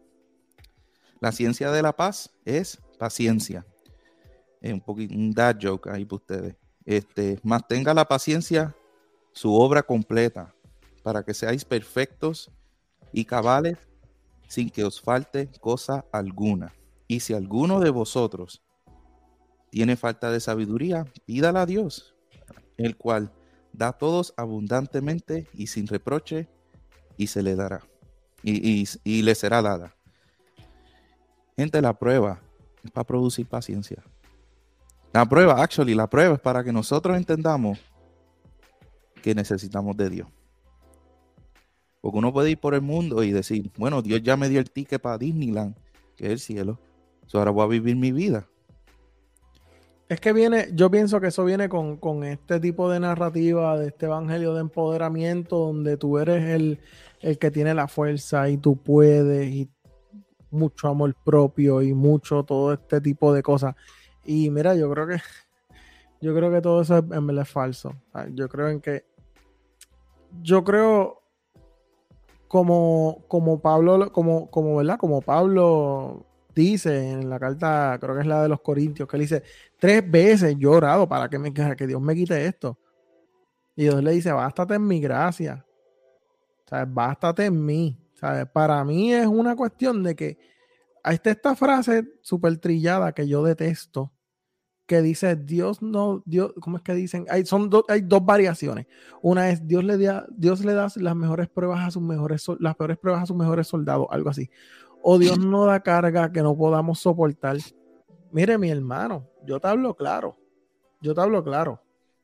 La ciencia de la paz es paciencia. Es un poquito un dad joke ahí para ustedes. Este, más tenga la paciencia su obra completa, para que seáis perfectos y cabales sin que os falte cosa alguna. Y si alguno de vosotros tiene falta de sabiduría, pídala a Dios, el cual da a todos abundantemente y sin reproche, y se le dará, y, y, y le será dada. Gente, la prueba es para producir paciencia. La prueba, actually, la prueba es para que nosotros entendamos que necesitamos de Dios. Porque uno puede ir por el mundo y decir, bueno, Dios ya me dio el ticket para Disneyland, que es el cielo, so ahora voy a vivir mi vida.
Es que viene, yo pienso que eso viene con, con este tipo de narrativa, de este evangelio de empoderamiento, donde tú eres el, el que tiene la fuerza y tú puedes, y mucho amor propio y mucho todo este tipo de cosas. Y mira, yo creo que yo creo que todo eso es, en verdad es falso. O sea, yo creo en que yo creo como, como Pablo, como, como, ¿verdad? Como Pablo dice en la carta, creo que es la de los Corintios, que él dice, tres veces yo he orado para que, me, que Dios me quite esto. Y Dios le dice, bástate en mi gracia. O sea, bástate en mí. ¿Sabes? Para mí es una cuestión de que ahí está esta frase súper trillada que yo detesto, que dice Dios no, Dios, ¿cómo es que dicen? Hay, son do, hay dos variaciones. Una es Dios le da, Dios le da las mejores pruebas a sus mejores, las peores pruebas a sus mejores soldados, algo así. O Dios no da carga que no podamos soportar. Mire, mi hermano, yo te hablo claro. Yo te hablo claro.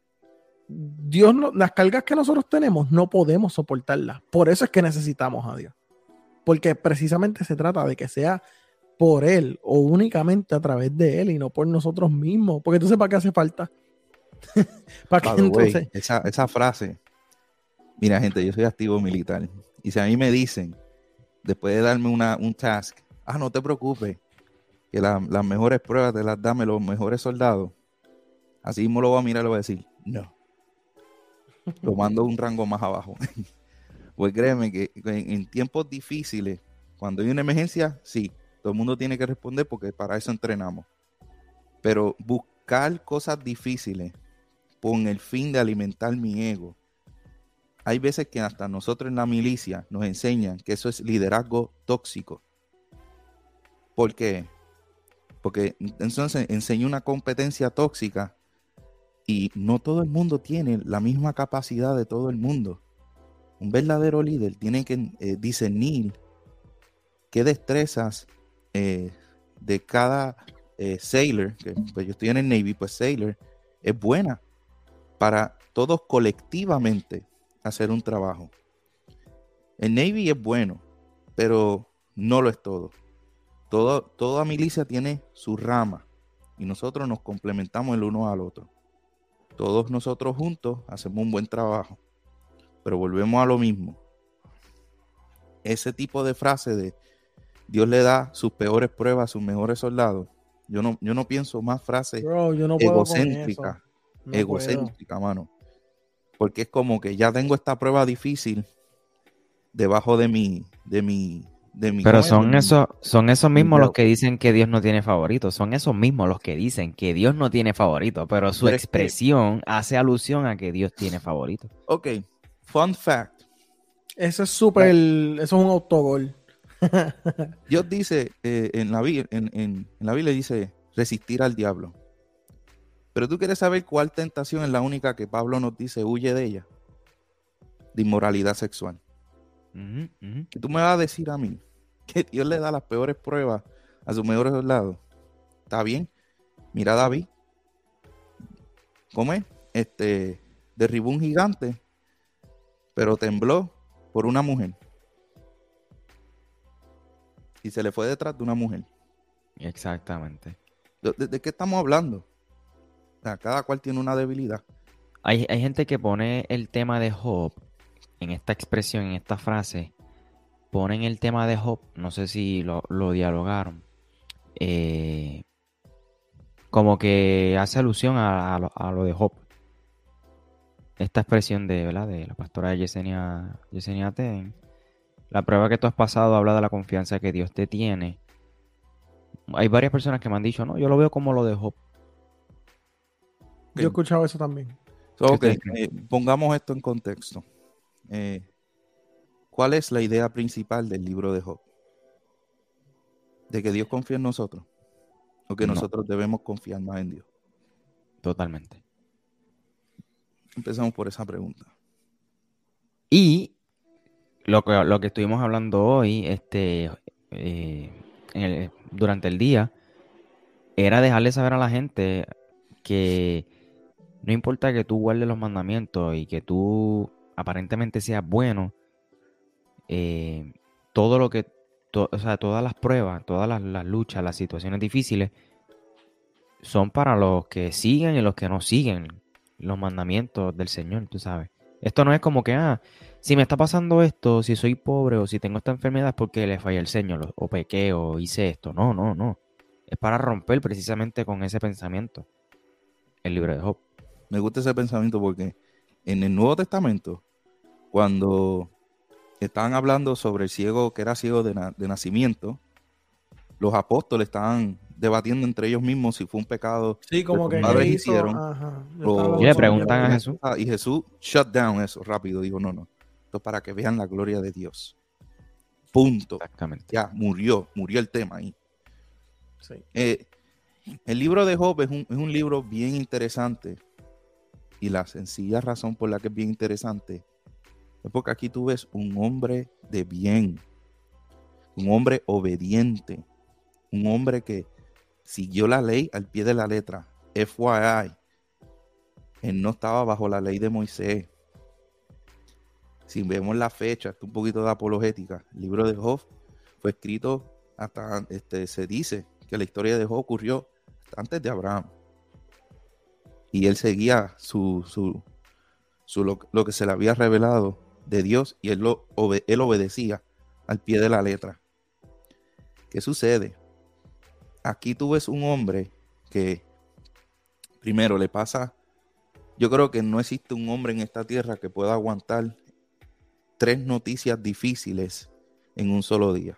Dios no, las cargas que nosotros tenemos no podemos soportarlas. Por eso es que necesitamos a Dios. Porque precisamente se trata de que sea por Él o únicamente a través de Él y no por nosotros mismos. Porque entonces, ¿para qué hace falta? ¿Para qué
By the way,
entonces?
esa, esa frase, mira, gente, yo soy activo militar. Y si a mí me dicen, después de darme una, un task, ah, no te preocupes, que la, las mejores pruebas te las dame los mejores soldados, así mismo lo voy a mirar y le voy a decir, no. Lo mando a un rango más abajo. Pues créeme que en, en tiempos difíciles, cuando hay una emergencia, sí, todo el mundo tiene que responder porque para eso entrenamos. Pero buscar cosas difíciles con el fin de alimentar mi ego. Hay veces que hasta nosotros en la milicia nos enseñan que eso es liderazgo tóxico. ¿Por qué? Porque entonces enseña una competencia tóxica y no todo el mundo tiene la misma capacidad de todo el mundo. Un verdadero líder tiene que eh, discernir qué destrezas eh, de cada eh, sailor, que pues yo estoy en el Navy, pues sailor, es buena para todos colectivamente hacer un trabajo. El Navy es bueno, pero no lo es todo. Todo toda milicia tiene su rama y nosotros nos complementamos el uno al otro. Todos nosotros juntos hacemos un buen trabajo. Pero volvemos a lo mismo. Ese tipo de frase de Dios le da sus peores pruebas a sus mejores soldados. Yo no, yo no pienso más frases
Bro, yo no puedo
egocéntricas.
con eso. No
egocéntrica, mano. Porque es como que ya tengo esta prueba difícil debajo de mi, de mi, de mi.
Pero son
de
esos, son esos mismos
mi
los que dicen que Dios no tiene favorito. Son esos mismos los que dicen que Dios no tiene favorito. Pero su
Pero es que-
expresión hace alusión a que Dios tiene favorito.
Ok, fun fact.
Eso es súper, eso es un autogol.
Dios dice, eh, en, la, en, en, en la Biblia dice, resistir al diablo. Pero tú quieres saber cuál tentación es la única que Pablo nos dice, huye de ella. De inmoralidad sexual.
Uh-huh, uh-huh.
Y tú me vas a decir a mí que Dios le da las peores pruebas a sus mejores soldados. ¿Está bien? Mira a David. ¿Cómo es? Este, derribó un gigante, pero tembló por una mujer. Y se le fue detrás de una mujer.
Exactamente.
¿De, de, de qué estamos hablando? O sea, cada cual tiene una debilidad.
Hay, hay gente que pone el tema de Job en esta expresión, en esta frase. Ponen el tema de Job, no sé si lo, lo dialogaron, eh, como que hace alusión a, a, lo, a lo de Job. Esta expresión de, ¿verdad? De la pastora Yesenia, Yesenia Ten. La prueba que tú has pasado habla de la confianza que Dios te tiene. Hay varias personas que me han dicho, no, yo lo veo como lo de Job.
Yo he escuchado eso también.
So, ok, eh, pongamos esto en contexto. Eh, ¿Cuál es la idea principal del libro de Job? ¿De que Dios confía en nosotros? ¿O que no. nosotros debemos confiar más en Dios?
Totalmente.
Empezamos por esa pregunta.
Y lo que, lo que estuvimos hablando hoy, este, eh, en el, durante el día, era dejarle saber a la gente que no importa que tú guardes los mandamientos y que tú aparentemente seas bueno, eh, todo lo que, to, o sea, todas las pruebas, todas las, las luchas, las situaciones difíciles son para los que siguen y los que no siguen los mandamientos del Señor, tú sabes. Esto no es como que, ah, si me está pasando esto, si soy pobre o si tengo esta enfermedad es porque le fallé al Señor o pequé o hice esto. No, no, no. Es para romper precisamente con ese pensamiento el libro de Job.
Me gusta ese pensamiento porque en el Nuevo Testamento, cuando estaban hablando sobre el ciego que era ciego de, na- de nacimiento, los apóstoles estaban debatiendo entre ellos mismos si fue un pecado
sí, como
que
que
sus padres
hizo,
hicieron.
ajá,
O,
y le preguntan a Jesús.
Y Jesús shut down eso rápido. Dijo, no, no. Esto es para que vean la gloria de Dios. Punto.
Exactamente.
Ya, murió. Murió el tema ahí.
Sí.
Eh, el libro de Job es un, es un libro bien interesante. Y la sencilla razón por la que es bien interesante es porque aquí tú ves un hombre de bien. Un hombre obediente. Un hombre que siguió la ley al pie de la letra. F Y I. Él no estaba bajo la ley de Moisés. Si vemos la fecha, un poquito de apologética, el libro de Job fue escrito hasta, este, se dice que la historia de Job ocurrió antes de Abraham. Y él seguía su, su, su lo, lo que se le había revelado de Dios y él, lo, obede, él obedecía al pie de la letra. ¿Qué sucede? Aquí tú ves un hombre que primero le pasa, yo creo que no existe un hombre en esta tierra que pueda aguantar tres noticias difíciles en un solo día.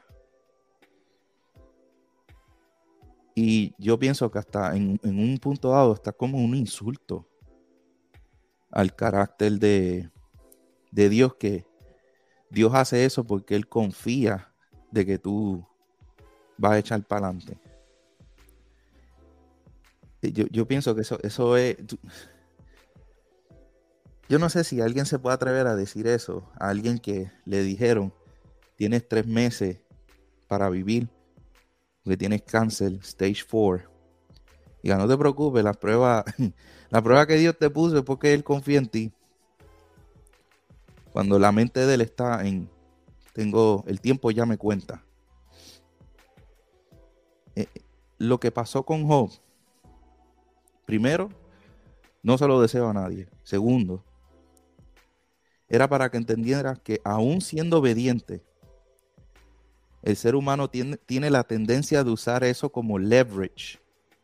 Y yo pienso que hasta en, en un punto dado está como un insulto al carácter de, de Dios, que Dios hace eso porque Él confía de que tú vas a echar para adelante. Yo, yo pienso que eso, eso es... Yo no sé si alguien se puede atrever a decir eso a alguien que le dijeron, tienes tres meses para vivir, porque tienes cáncer, stage cuatro. Y no te preocupes, la prueba, la prueba que Dios te puso es porque Él confía en ti. Cuando la mente de Él está en, tengo, el tiempo ya me cuenta. Eh, lo que pasó con Job, primero, no se lo deseo a nadie. Segundo, era para que entendieras que aún siendo obediente, el ser humano tiene, tiene la tendencia de usar eso como leverage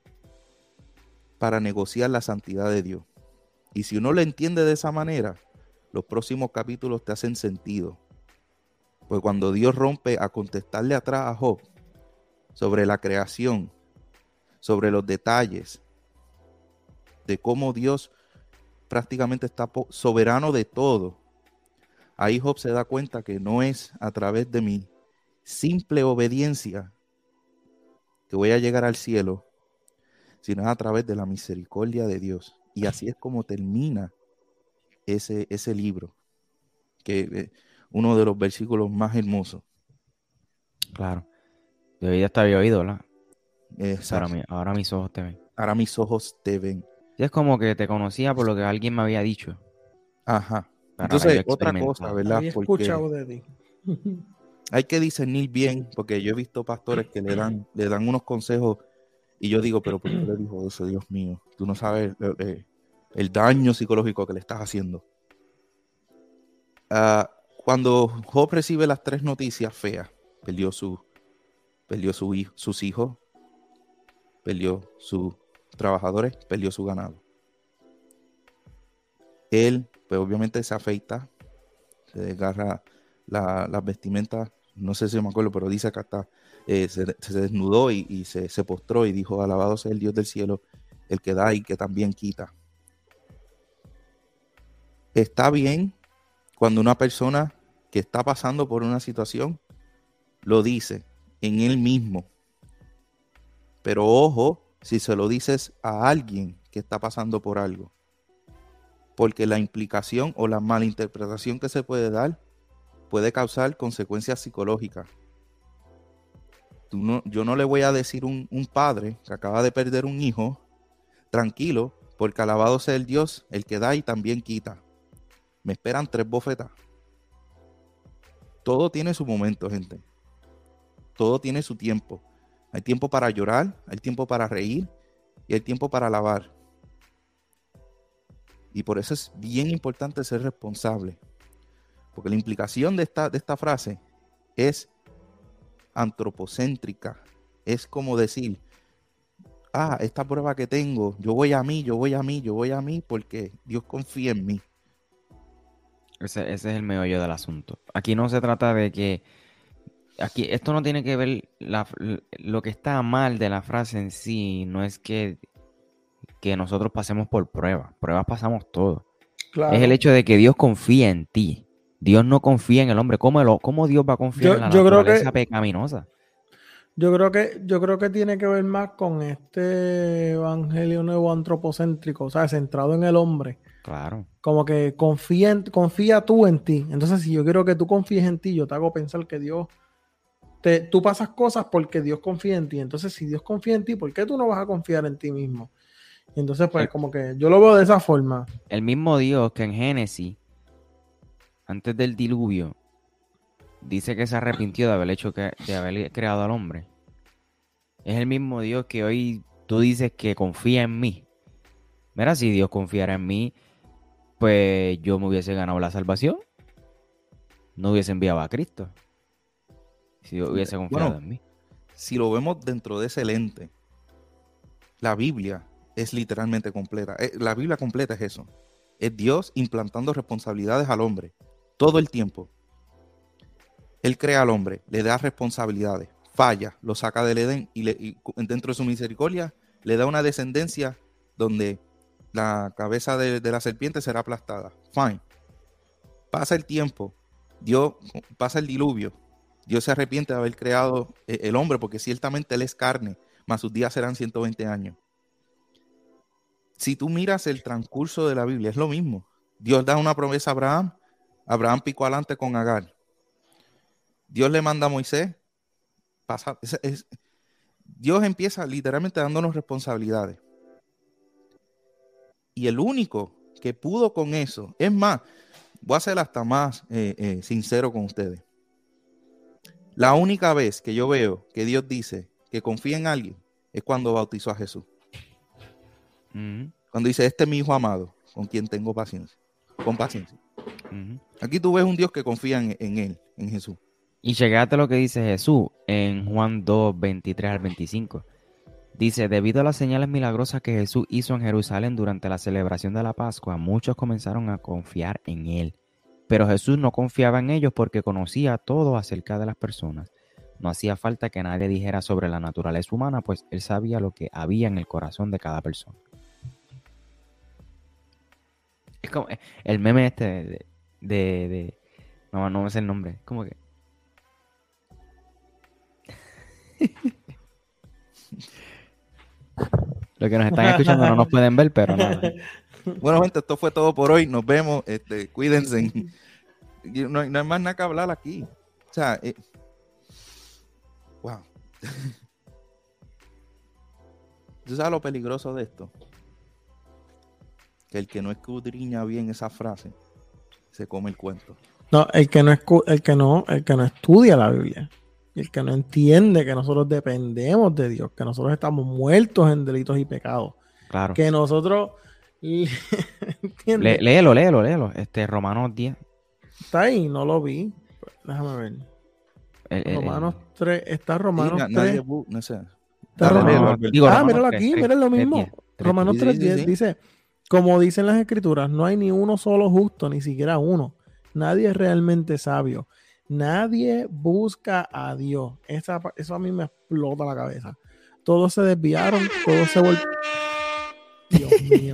para negociar la santidad de Dios. Y si uno lo entiende de esa manera, los próximos capítulos te hacen sentido. Pues cuando Dios rompe a contestarle atrás a Job sobre la creación, sobre los detalles de cómo Dios prácticamente está soberano de todo, ahí Job se da cuenta que no es a través de mi simple obediencia que voy a llegar al cielo, sino es a través de la misericordia de Dios. Y así es como termina ese, ese libro, que es uno de los versículos más hermosos.
Claro. Yo ya te había oído, ¿verdad?
Exacto.
Pero mi- ahora mis ojos te ven.
Ahora mis ojos te ven.
Sí, es como que te conocía por lo que alguien me había dicho.
Ajá.
Pero ahora yo
Entonces,
he
otra cosa,
experimentado.
¿verdad?
Había
Porque
escuchado de ti.
hay que discernir bien, porque yo he visto pastores que le dan, le dan unos consejos y yo digo, pero ¿por qué le dijo eso, Dios mío? Tú no sabes eh, eh, el daño psicológico que le estás haciendo. Uh, cuando Job recibe las tres noticias feas, perdió, su, perdió su, hijo, sus hijos, perdió sus trabajadores, perdió su ganado. Él, pues obviamente se afeita, se desgarra la, las vestimentas, no sé si me acuerdo, pero dice acá está, eh, se, se desnudó y, y se, se postró y dijo, alabado sea el Dios del cielo, el que da y que también quita. Está bien cuando una persona que está pasando por una situación lo dice en él mismo, pero ojo si se lo dices a alguien que está pasando por algo, porque la implicación o la malinterpretación que se puede dar puede causar consecuencias psicológicas. Tú no, yo no le voy a decir a un, un padre que acaba de perder un hijo, tranquilo, porque alabado sea el Dios, el que da y también quita. Me esperan tres bofetas. Todo tiene su momento, gente. Todo tiene su tiempo. Hay tiempo para llorar, hay tiempo para reír y hay tiempo para alabar. Y por eso es bien importante ser responsable. Porque la implicación de esta, de esta frase es antropocéntrica. Es como decir, ah, esta prueba que tengo, yo voy a mí, yo voy a mí, yo voy a mí porque Dios confía en mí.
Ese, ese es el meollo del asunto. Aquí no se trata de que... Aquí esto no tiene que ver... La, lo que está mal de la frase en sí no es que, que nosotros pasemos por pruebas. Pruebas pasamos todos.
Claro.
Es el hecho de que Dios confía en ti. Dios no confía en el hombre. ¿Cómo, el, cómo Dios va a confiar
Yo-
en la
yo creo
naturaleza
que-
pecaminosa?
Yo creo que, yo creo que tiene que ver más con este evangelio nuevo antropocéntrico, o sea, centrado en el hombre.
Claro.
Como que confía, en- confía tú en ti. Entonces, si yo quiero que tú confíes en ti, yo te hago pensar que Dios, te, tú pasas cosas porque Dios confía en ti. Entonces, si Dios confía en ti, ¿por qué tú no vas a confiar en ti mismo? Y entonces, pues,
El-
como que yo lo veo de esa forma.
El mismo Dios que en Génesis, antes del diluvio, dice que se arrepintió de haber hecho que, de haber creado al hombre. Es el mismo Dios que hoy tú dices que confía en mí. Mira, si Dios confiara en mí, pues yo me hubiese ganado la salvación. No hubiese enviado a Cristo. Si Dios hubiese confiado
Bueno,
en mí.
si lo vemos dentro de ese lente, la Biblia es literalmente completa. Eh, La Biblia completa es eso. Es Dios implantando responsabilidades al hombre todo el tiempo. Él crea al hombre, le da responsabilidades, falla, lo saca del Edén y, le, y dentro de su misericordia le da una descendencia donde la cabeza de, de la serpiente será aplastada. Fine. Pasa el tiempo, Dios pasa el diluvio. Dios se arrepiente de haber creado el hombre porque ciertamente él es carne, mas sus días serán ciento veinte años. Si tú miras el transcurso de la Biblia, es lo mismo. Dios da una promesa a Abraham, Abraham picó adelante con Agar. Dios le manda a Moisés, pasa, es, es, Dios empieza literalmente dándonos responsabilidades. Y el único que pudo con eso, es más, voy a ser hasta más eh, eh, sincero con ustedes. La única vez que yo veo que Dios dice que confía en alguien es cuando bautizó a Jesús.
Uh-huh.
Cuando dice, este es mi hijo amado, con quien tengo paciencia. Con paciencia.
Uh-huh.
Aquí tú ves un Dios que confía en, en él, en Jesús.
Y checate lo que dice Jesús en Juan dos, veintitrés al veinticinco. Dice, debido a las señales milagrosas que Jesús hizo en Jerusalén durante la celebración de la Pascua, muchos comenzaron a confiar en él. Pero Jesús no confiaba en ellos porque conocía todo acerca de las personas. No hacía falta que nadie dijera sobre la naturaleza humana, pues él sabía lo que había en el corazón de cada persona. Es como el meme este de, de, de, No, no me sé el nombre. ¿Cómo que? Los que nos están escuchando no nos pueden ver, pero nada.
Bueno, gente, esto fue todo por hoy. Nos vemos. Este, cuídense. No, hay- no hay más nada que hablar aquí. O sea, eh, wow. ¿Tú sabes lo peligroso de esto? Que el que no escudriña bien esa frase se come el cuento.
No, el que no, escu- el que no, el que no estudia la Biblia, el que no entiende que nosotros dependemos de Dios, que nosotros estamos muertos en delitos y pecados,
Claro.
que nosotros,
Le-
¿entiendes?
léelo, léelo, léelo. Este, Romanos diez.
Está ahí, no lo vi. Déjame ver.
El, el-
Romanos
el-
tres, está
Sí,
Romanos
na-
tres.
nadie bu- no sé.
Está
Dale,
Romanos-
léelo,
Romanos-
Alberto.
digo,
ah,
Romanos
míralo
tres,
aquí,
tres,
mira lo
tres,
mismo.
diez, tres,
Romanos
Sí, sí,
tres
sí,
diez
sí.
dice, como dicen las escrituras, no hay ni uno solo justo, ni siquiera uno. Nadie es realmente sabio. Nadie busca a Dios. Esa, pa- eso a mí me explota la cabeza. Todos se desviaron, todos se volvieron. Dios mío.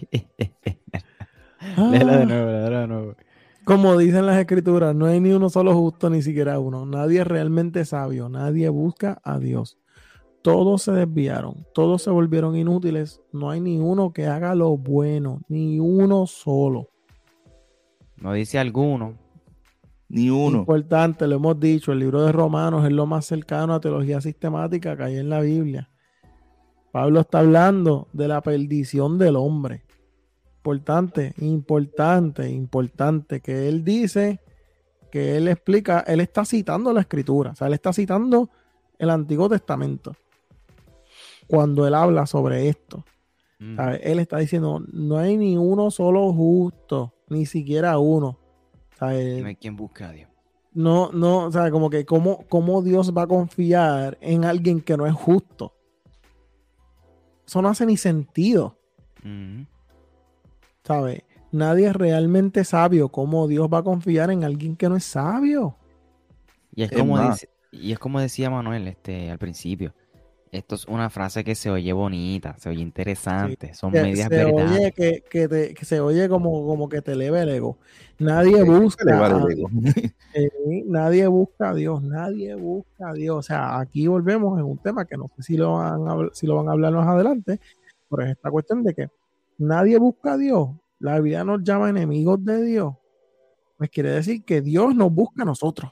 Léelo de
Ah,
nuevo, léelo de nuevo.
como dicen las escrituras, no hay ni uno solo justo, ni siquiera uno. Nadie es realmente sabio. Nadie busca a Dios. Todos se desviaron, todos se volvieron inútiles. No hay ni uno que haga lo bueno, ni uno solo.
No dice alguno.
Ni uno.
Importante, lo hemos dicho, el libro de Romanos es lo más cercano a teología sistemática que hay en la Biblia. Pablo está hablando de la perdición del hombre. Importante, importante, importante, que él dice, que él explica, él está citando la escritura, o sea, él está citando el Antiguo Testamento cuando él habla sobre esto.
Mm.
¿Sabe? Él está diciendo, no hay ni uno solo justo, ni siquiera uno. ¿Sabe?
No hay quien busque a Dios.
No, no, o sea, como que cómo, cómo Dios va a confiar en alguien que no es justo. Eso no hace ni sentido,
Mm.
¿sabes? Nadie es realmente sabio. ¿Cómo Dios va a confiar en alguien que no es sabio?
Y es
Es
como
más.
dice- y es como decía Manuel este, al principio. Esto es una frase que se oye bonita, se oye interesante, son
Que
medias
se
verdades.
oye, que, que te- que se oye como, como que te eleva el ego. Nadie
Eh,
busca
le vale
a
el ego.
Eh, nadie busca a Dios, nadie busca a Dios. O sea, aquí volvemos en un tema que no sé si lo van a, habl- si lo van a hablar más adelante, pero es esta cuestión de que nadie busca a Dios. La Biblia nos llama enemigos de Dios. Pues quiere decir que Dios nos busca a nosotros.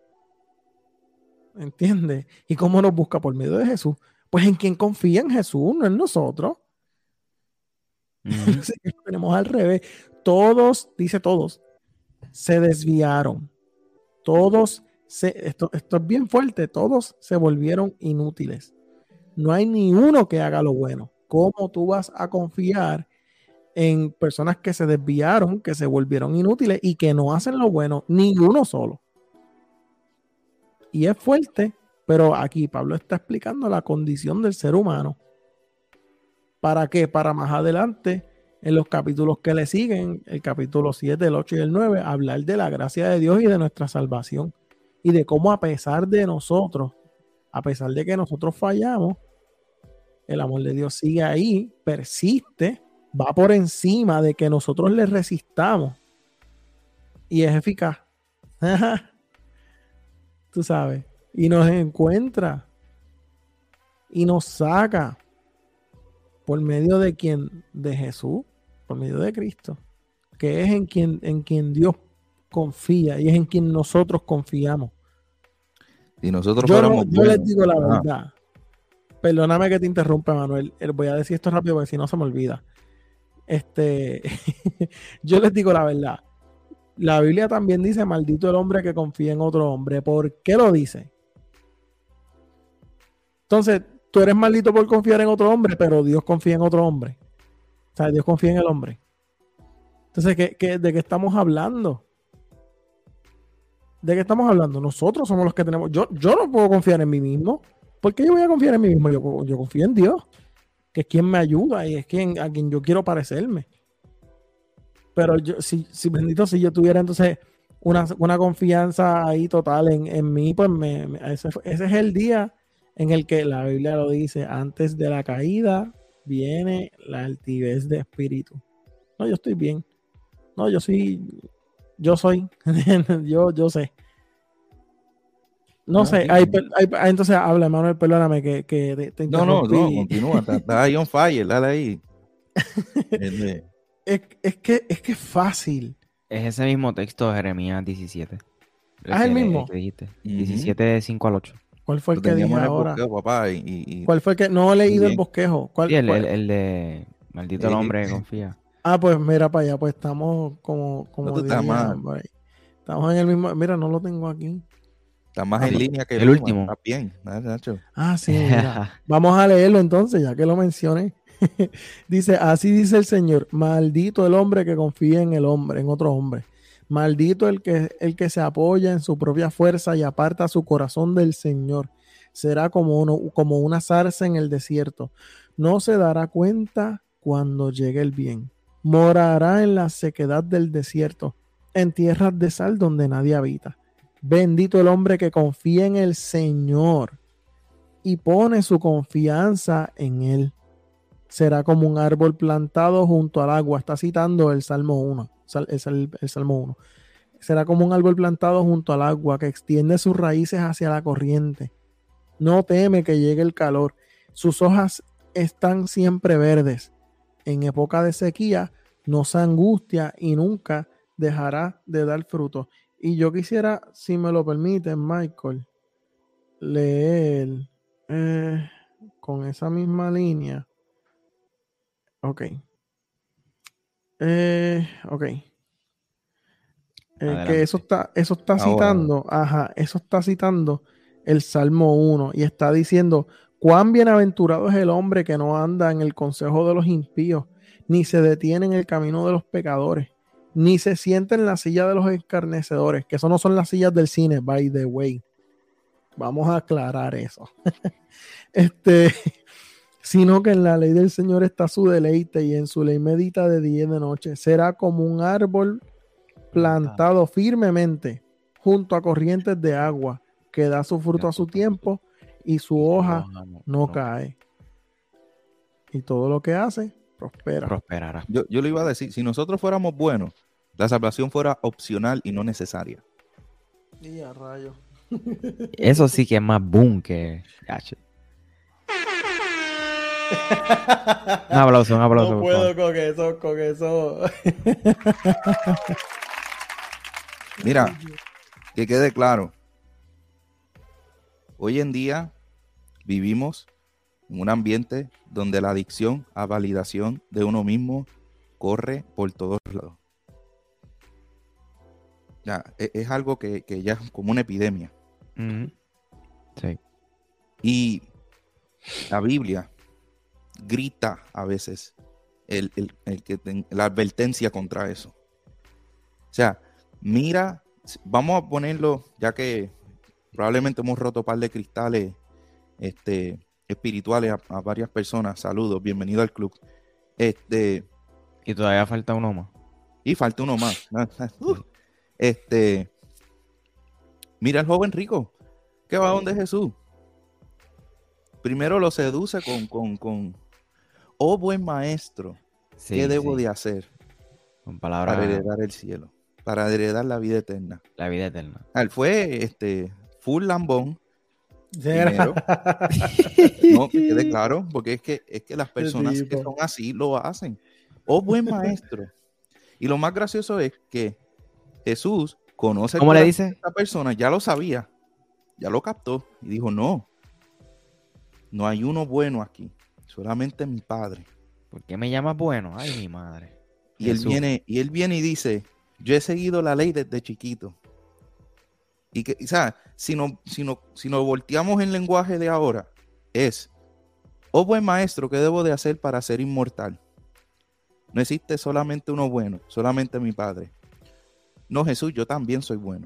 ¿Entiendes? ¿Y cómo nos busca? Por medio de Jesús. Pues en quien confía en Jesús, no en nosotros.
Ujú.
Así que lo tenemos al revés. Todos, dice todos, se desviaron. Todos, se, esto, esto es bien fuerte, todos se volvieron inútiles. No hay ni uno que haga lo bueno. ¿Cómo tú vas a confiar en personas que se desviaron, que se volvieron inútiles y que no hacen lo bueno? Ni uno solo. Y es fuerte, pero aquí Pablo está explicando la condición del ser humano. ¿Para qué? Para más adelante, en los capítulos que le siguen, el capítulo siete, el ocho y el nueve, hablar de la gracia de Dios y de nuestra salvación. Y de cómo a pesar de nosotros, a pesar de que nosotros fallamos, el amor de Dios sigue ahí, persiste, va por encima de que nosotros le resistamos. Y es eficaz. Tú sabes. Y nos encuentra. Y nos saca. Por medio de quien, de Jesús, por medio de Cristo, que es en quien, en quien Dios confía y es en quien nosotros confiamos.
Si nosotros
Yo, no-
fuéramos
yo les
buenos,
digo la
ajá,
verdad. Perdóname que te interrumpa, Manuel. Eh, Voy a decir esto rápido porque si no se me olvida. Este, yo les digo la verdad. La Biblia también dice, maldito el hombre que confía en otro hombre. ¿Por qué lo dice? Entonces, tú eres maldito por confiar en otro hombre, pero Dios confía en otro hombre. O sea, Dios confía en el hombre. Entonces, ¿qué, qué, de qué estamos hablando? ¿De qué estamos hablando? Nosotros somos los que tenemos... Yo, yo no puedo confiar en mí mismo. ¿Por qué yo voy a confiar en mí mismo? Yo, yo confío en Dios, que es quien me ayuda y es quien, a quien yo quiero parecerme. Pero yo, si, si bendito, si yo tuviera entonces una, una confianza ahí total en, en mí, pues me, me- ese, fue- ese es el día en el que la Biblia lo dice, antes de la caída viene la altivez de espíritu. No, yo estoy bien. No, yo soy, yo soy, yo, yo sé. No,
No,
sé,
sí,
hay,
sí.
hay- hay- entonces habla, Manuel, perdóname que, que te, te
No, no, no,
interrumpí.
continúa, está, está ahí on fire, dale ahí. Este,
Es, es que, es que es fácil.
Es ese mismo texto de Jeremías diecisiete.
Ah, es el
que, le-
mismo.
que dijiste.
Ujú.
diecisiete, cinco al ocho.
¿Cuál fue
Lo
el que dije
teníamos en el
ahora?
bosqueo, papá, y, y- y-
¿Cuál fue el que no he leído el
bien.
bosquejo? ¿Cuál,
Sí, el,
cuál?
el, el de maldito el
Eh,
hombre que confía.
Ah, pues mira para allá, pues estamos como,
No
como
te estás
diría,
mal.
por ahí. Estamos en el mismo, mira, no lo tengo aquí.
Está más
Ah,
en
pero-
línea que
el
Luma,
último.
está bien, ¿no, Nacho?
Ah, sí, mira. Vamos a leerlo entonces, ya que lo mencioné. Dice, así dice el Señor, maldito el hombre que confía en el hombre, en otro hombre. Maldito el que, el que se apoya en su propia fuerza y aparta su corazón del Señor. Será como, uno, como una zarza en el desierto. No se dará cuenta cuando llegue el bien. Morará en la sequedad del desierto, en tierras de sal donde nadie habita. Bendito el hombre que confía en el Señor y pone su confianza en Él. Será como un árbol plantado junto al agua. Está citando el Salmo uno. Sal, es el, el Salmo uno. Será como un árbol plantado junto al agua que extiende sus raíces hacia la corriente. No teme que llegue el calor. Sus hojas están siempre verdes. En época de sequía no se angustia y nunca dejará de dar fruto. Y yo quisiera, si me lo permiten, Michael, leer eh, con esa misma línea. Ok. Eh, ok. Eh, que eso está, eso está
Ahora.
citando, ajá, eso está citando el Salmo uno y está diciendo, cuán bienaventurado es el hombre que no anda en el consejo de los impíos, ni se detiene en el camino de los pecadores, ni se sienta en la silla de los escarnecedores, que eso no son las sillas del cine, by the way. Vamos a aclarar eso. este, sino que en la ley del Señor está su deleite y en su ley medita de día y de noche. Será como un árbol plantado firmemente junto a corrientes de agua, que da su fruto a su tiempo y su hoja no cae. Y todo lo que hace, prospera.
Prosperará.
Yo, yo le iba a decir, si nosotros fuéramos buenos, la salvación fuera opcional y no necesaria.
Y a rayo.
Eso sí que es más boom que... Gacho. Un aplauso, un aplauso.
No
por
puedo
favor.
con eso, con eso.
Mira, que quede claro. Hoy en día vivimos en un ambiente donde la adicción a validación de uno mismo corre por todos lados. Ya, es, es algo que, que ya es como una epidemia.
Uh-huh. Sí.
Y la Biblia grita a veces el, el, el que ten, la advertencia contra eso. O sea, mira, vamos a ponerlo, ya que probablemente hemos roto un par de cristales este, espirituales a, a varias personas. Saludos, bienvenido al club. Este,
Y todavía falta uno más.
y falta uno más. Este, mira al joven rico que va donde Jesús. Primero lo seduce con, con, con oh buen maestro,
Sí,
¿qué debo
sí.
de hacer
Con palabras,
para heredar el cielo? Para heredar la vida eterna.
la vida eterna.
Él fue este, full lambón.
Era.
Primero. No, que quede claro, porque es que, es que las personas
Qué
que
tipo.
son así lo hacen. Oh buen maestro. Y lo más gracioso es que Jesús conoce
¿Cómo le
a
dice?
esta persona, ya lo sabía, ya lo captó y dijo, no, no hay uno bueno aquí, solamente mi Padre.
¿Por qué me llamas bueno? Ay, mi madre.
Y él
Jesús.
viene, y él viene y dice, yo he seguido la ley desde chiquito. Y que, o sea, si no, si no, si nos volteamos en lenguaje de ahora, es, oh buen maestro, ¿qué debo de hacer para ser inmortal? No existe solamente uno bueno, solamente mi Padre. No, Jesús, yo también soy bueno.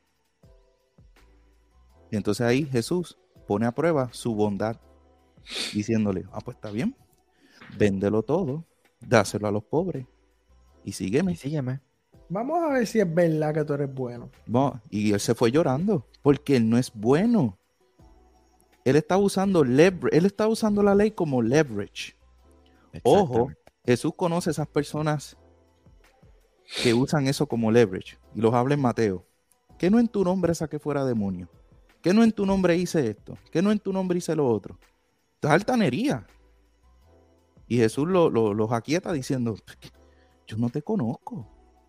Y entonces ahí Jesús pone a prueba su bondad, diciéndole, ah, pues está bien, véndelo todo, dáselo a los pobres y sígueme.
Y sígueme.
Vamos a ver si es verdad que tú eres bueno.
No, y él se fue llorando porque él no es bueno. Él está usando lever- él está usando la ley como leverage. Ojo,
Exactamente.
Jesús conoce a esas personas que usan eso como leverage y los habla en Mateo. ¿Qué no en tu nombre saqué fuera demonios? ¿Qué no en tu nombre hice esto? ¿Qué no en tu nombre hice lo otro? Esto es altanería. Y Jesús los lo, lo aquieta diciendo, yo no te conozco.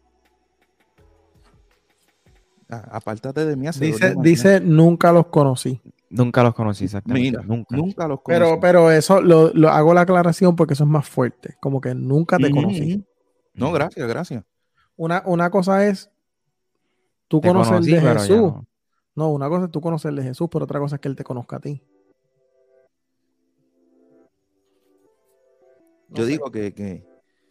Apártate de mí.
Dice, dice nunca los conocí.
Nunca los conocí, exactamente.
Mira,
nunca.
nunca los conocí.
Pero, pero eso lo, lo hago la aclaración porque eso es más fuerte. Como que nunca te
Mm-hmm.
conocí.
No, gracias, gracias.
Una, una cosa es tú
Te
conocer
conocí,
de
pero ya
Jesús.
no.
No, una cosa es tú conocer de Jesús, pero otra cosa es que Él te conozca a ti. No
Yo
sé.
digo que, que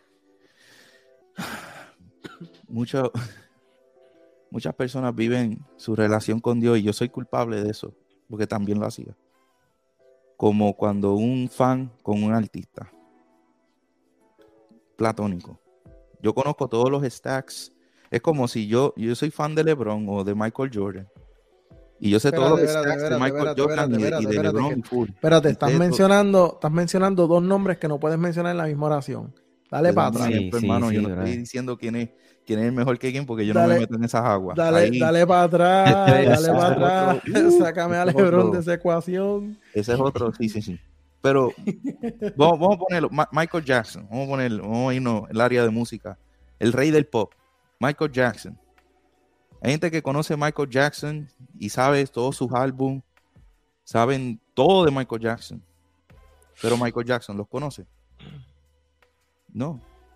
mucho, muchas personas viven su relación con Dios y yo soy culpable de eso, porque también lo hacía. Como cuando un fan con un artista platónico. Yo conozco todos los stacks. Es como si yo, yo soy fan de LeBron o de Michael Jordan. Y yo sé
Espérate,
todos los
espérate,
stacks
espérate,
de Michael
espérate,
Jordan
espérate,
y,
espérate,
y de
espérate,
LeBron
que-
y full.
Espérate, estás
Ustedes-
mencionando, estás mencionando dos nombres que no puedes mencionar en la misma oración. Dale
Te
para
dan un
atrás.
Sí,
ejemplo,
sí,
hermano.
sí,
yo no
brother.
estoy diciendo quién es, quién es el mejor que quién, porque yo no
Dale,
me meto en esas aguas.
Dale,
Ahí,
dale para atrás,
Ese-
dale
ese
para
es
atrás.
otro, uh,
Sácame a
ese es
LeBron
otro.
de esa ecuación.
Ese es otro, sí, sí, sí. Pero vamos, vamos a ponerlo. Ma- Michael Jackson. Vamos a ponerlo. Vamos a irnos el área de música. El rey del pop. Michael Jackson. Hay gente que conoce a Michael Jackson y sabe todos sus álbumes. Saben todo de Michael Jackson. Pero Michael Jackson, ¿los conoce? No.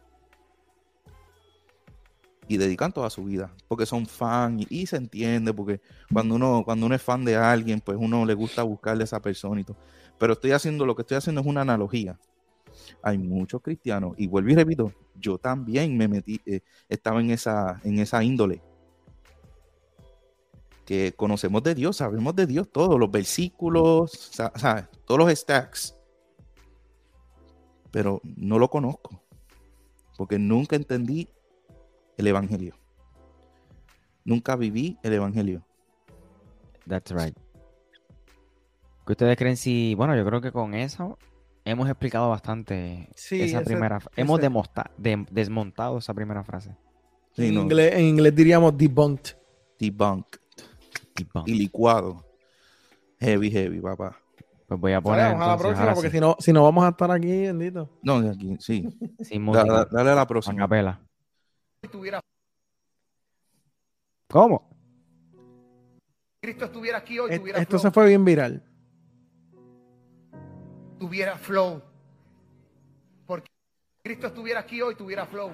Y dedican toda su vida. Porque son fan y, y se entiende. Porque cuando uno, cuando uno es fan de alguien, pues uno le gusta buscarle a esa persona y todo. Pero estoy haciendo, lo que estoy haciendo es una analogía. Hay muchos cristianos, y vuelvo y repito, yo también me metí, eh, estaba en esa, en esa índole. Que conocemos de Dios, sabemos de Dios todos los versículos, sa- ¿sabes? Todos los stacks. Pero no lo conozco. Porque nunca entendí el evangelio. Nunca viví el evangelio.
That's right. ¿Qué ustedes creen si, bueno, yo creo que con eso hemos explicado bastante
Sí,
esa
ese-
primera frase. Hemos
ese-
demosta- de- desmontado esa primera frase.
Sí,
en,
no,
inglés, en inglés diríamos debunked.
debunk
Tipo,
y licuado. Heavy, heavy, papá.
pues voy a
Vale,
poner
vamos a la
entonces,
próxima
ahora
porque
sí,
si no, si no vamos a estar aquí, bendito.
No, de aquí, sí.
sin
Da-
música,
da- dale a la
a
próxima.
capela.
Estuviera,
¿Cómo?
Cristo estuviera aquí hoy,
Et-
tuviera
Esto
flow,
se fue bien viral.
tuviera flow. Porque Cristo estuviera aquí hoy, tuviera flow.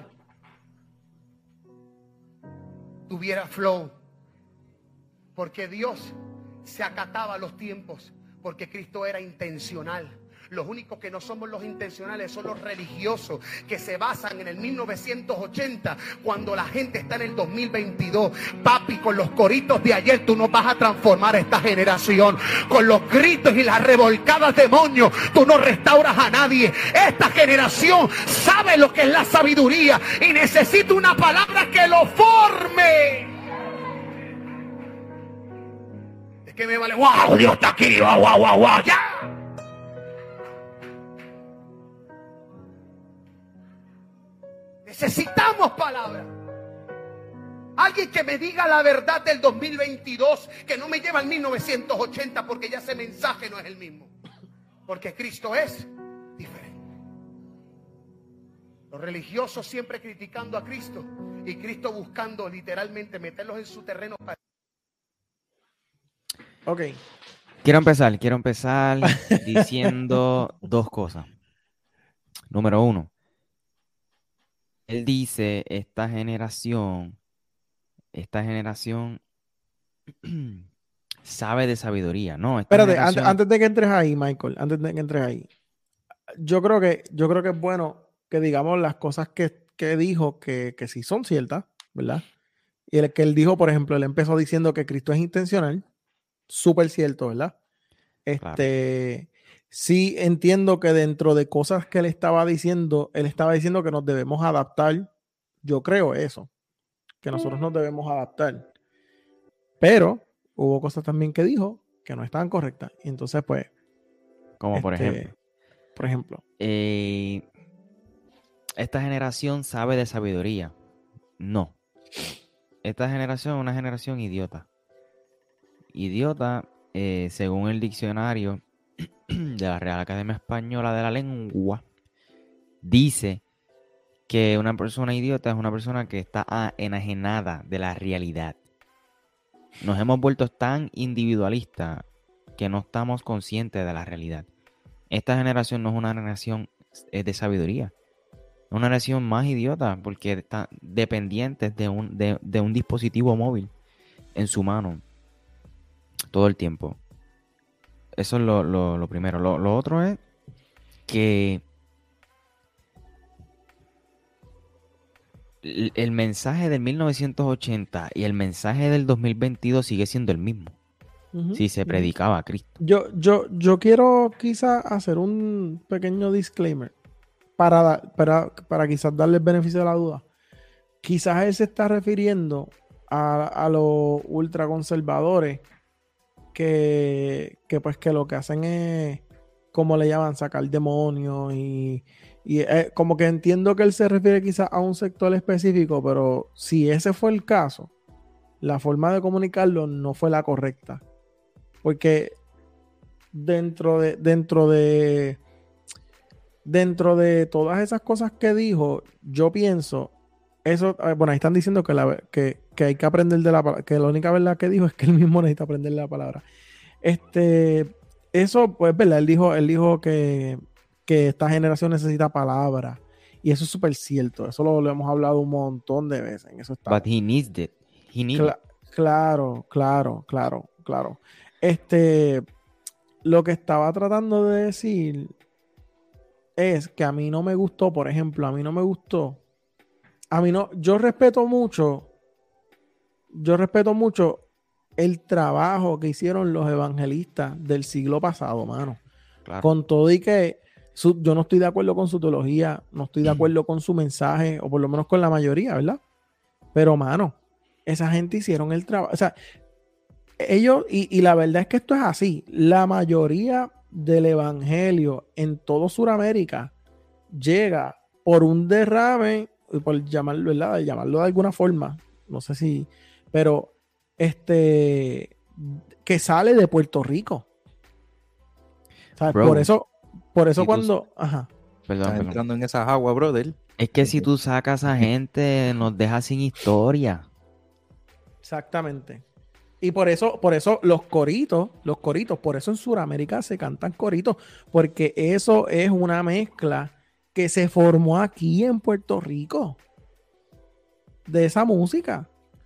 Tuviera flow. Porque Dios se acataba a los tiempos, porque Cristo era intencional. Los únicos que no somos los intencionales son los religiosos que se basan en el mil novecientos ochenta cuando la gente está en el dos mil veintidós. Papi, con los coritos de ayer tú no vas a transformar esta generación. Con los gritos y las revolcadas de moño tú no restauras a nadie. Esta generación sabe lo que es la sabiduría y necesita una palabra que lo forme. Es que me vale, wow, Dios está aquí, wow, wow, wow, wow, ya. Necesitamos palabra. Alguien que me diga la verdad del dos mil veintidós, que no me lleva al mil novecientos ochenta, porque ya ese mensaje no es el mismo. Porque Cristo es diferente. Los religiosos siempre criticando a Cristo y Cristo buscando literalmente meterlos en su terreno para...
Ok.
Quiero empezar, quiero empezar diciendo dos cosas. Número uno, él dice, esta generación, esta generación sabe de sabiduría, ¿no? Esta
Espérate,
generación-
antes, antes de que entres ahí, Michael, antes de que entres ahí, yo creo que, yo creo que es bueno que digamos las cosas que, que dijo que, que sí son ciertas, ¿verdad? Y el que él dijo, por ejemplo, él empezó diciendo que Cristo es intencional, súper cierto, ¿verdad? Este, sí entiendo que dentro de cosas que él estaba diciendo, él estaba diciendo que nos debemos adaptar. Yo creo eso, que nosotros nos debemos adaptar. Pero hubo cosas también que dijo que no estaban correctas. Y entonces, pues,
como por
este,
ejemplo,
por ejemplo,
eh, esta generación sabe de sabiduría. no. Esta generación es una generación idiota. Idiota, eh, según el diccionario de la Real Academia Española de la Lengua, dice que una persona idiota es una persona que está enajenada de la realidad. Nos hemos vuelto tan individualistas que no estamos conscientes de la realidad. Esta generación no es una generación de sabiduría. Es una generación más idiota porque están dependientes de un, de, de un dispositivo móvil en su mano todo el tiempo. Eso es lo, lo, lo primero. Lo, lo otro es que el, el mensaje del mil novecientos ochenta y el mensaje del dos mil veintidós sigue siendo el mismo.
Uh-huh,
si se
uh-huh.
predicaba a Cristo.
Yo, yo, yo quiero quizás hacer un pequeño disclaimer para, para, para quizás darle el beneficio de la duda. Quizás él se está refiriendo a, a los ultraconservadores que, que pues que lo que hacen es, como le llaman, sacar demonios y, y eh, como que entiendo que él se refiere quizás a un sector específico, pero si ese fue el caso, la forma de comunicarlo no fue la correcta. Porque dentro de, dentro de, dentro de todas esas cosas que dijo, yo pienso, eso, bueno, ahí están diciendo que, la, que, que hay que aprender de la palabra, que la única verdad que dijo es que él mismo necesita aprender la palabra. Este, eso, pues, verdad, él dijo, él dijo que, que esta generación necesita palabra. Y eso es súper cierto. Eso lo, lo hemos hablado un montón de veces. En eso está.
But he needs it. He needs
Cla- claro, claro, claro, claro. Este, lo que estaba tratando de decir es que a mí no me gustó, por ejemplo, a mí no me gustó. A mí no, yo respeto mucho, yo respeto mucho el trabajo que hicieron los evangelistas del siglo pasado, mano.
Claro.
Con todo y que su, yo no estoy de acuerdo con su teología, no estoy de acuerdo con su mensaje, o por lo menos con la mayoría, ¿verdad? Pero, mano, esa gente hicieron el trabajo. O sea, ellos, y, y la verdad es que esto es así, la mayoría del evangelio en todo Sudamérica llega por un derrame, por llamarlo, ¿verdad? Llamarlo de alguna forma, no sé si, pero este, que sale de Puerto Rico. O sea,
Bro,
por eso, por eso
si
cuando,
tú,
ajá.
Perdón,
Estás
perdón.
entrando en esas aguas, brother.
Es que si tú sacas a gente, nos deja sin historia.
Exactamente. Y por eso, por eso los coritos, los coritos, por eso en Sudamérica se cantan coritos, porque eso es una mezcla que se formó aquí en Puerto Rico de esa música.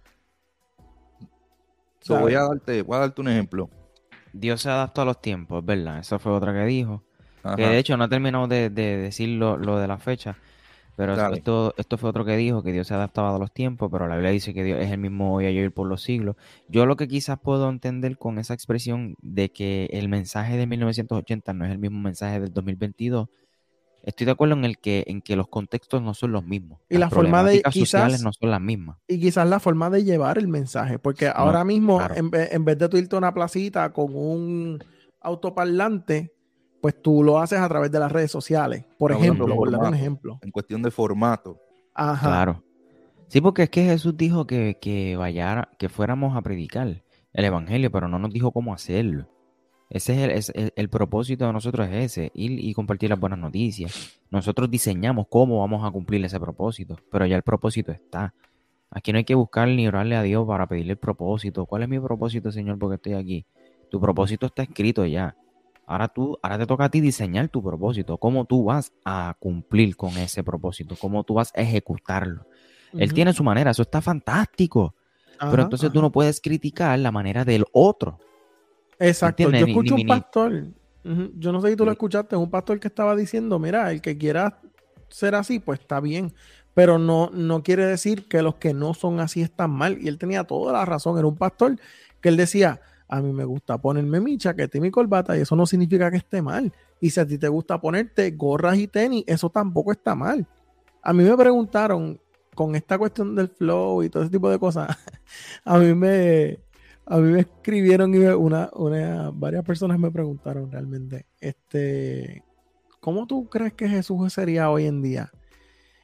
So, voy a darte, voy a darte un ejemplo.
Dios se adaptó a los tiempos, es verdad. Eso fue otra que dijo.
Ajá.
Que de hecho no he terminado de, de decir lo, lo de la fecha. Pero
Dale.
esto, esto fue otro que dijo, que Dios se adaptaba a los tiempos, pero la Biblia dice que Dios es el mismo hoy, ayer y por los siglos. Yo lo que quizás puedo entender con esa expresión de que el mensaje de mil novecientos ochenta no es el mismo mensaje del dos mil veintidós, estoy de acuerdo en el que, en que los contextos no son los mismos.
Y
las
la forma de
problemáticas
quizás,
sociales no son las mismas.
y quizás la forma de llevar el mensaje, porque
No,
ahora mismo,
claro.
en, vez, en vez de tú irte a una placita con un autoparlante, pues tú lo haces a través de las redes sociales, por
Hablando
ejemplo,
de
por dar un
formato,
ejemplo.
En cuestión de formato.
Ajá.
Claro. Sí, porque es que Jesús dijo que, que, vayara, que fuéramos a predicar el evangelio, pero no nos dijo cómo hacerlo. Ese es el, es el, el propósito de nosotros, es ese, ir y compartir las buenas noticias. Nosotros diseñamos cómo vamos a cumplir ese propósito, pero ya el propósito está. Aquí no hay que buscar ni orarle a Dios para pedirle el propósito. ¿Cuál es mi propósito, Señor? Porque estoy aquí. Tu propósito está escrito ya. Ahora tú, ahora te toca a ti diseñar tu propósito. ¿Cómo tú vas a cumplir con ese propósito? ¿Cómo tú vas a ejecutarlo? Uh-huh. Él tiene su manera, eso está fantástico. Ajá, pero entonces ajá. tú no puedes criticar la manera del otro.
Exacto. Yo escucho un pastor, uh-huh. yo no sé si tú lo escuchaste, un pastor que estaba diciendo, mira, el que quiera ser así, pues está bien. Pero no, no quiere decir que los que no son así están mal. Y él tenía toda la razón. Era un pastor que él decía, a mí me gusta ponerme mi chaqueta y mi corbata y eso no significa que esté mal. Y si a ti te gusta ponerte gorras y tenis, eso tampoco está mal. A mí me preguntaron con esta cuestión del flow y todo ese tipo de cosas. a mí me, a mí me escribieron y una, una, varias personas me preguntaron realmente, este, ¿cómo tú crees que Jesús sería hoy en día?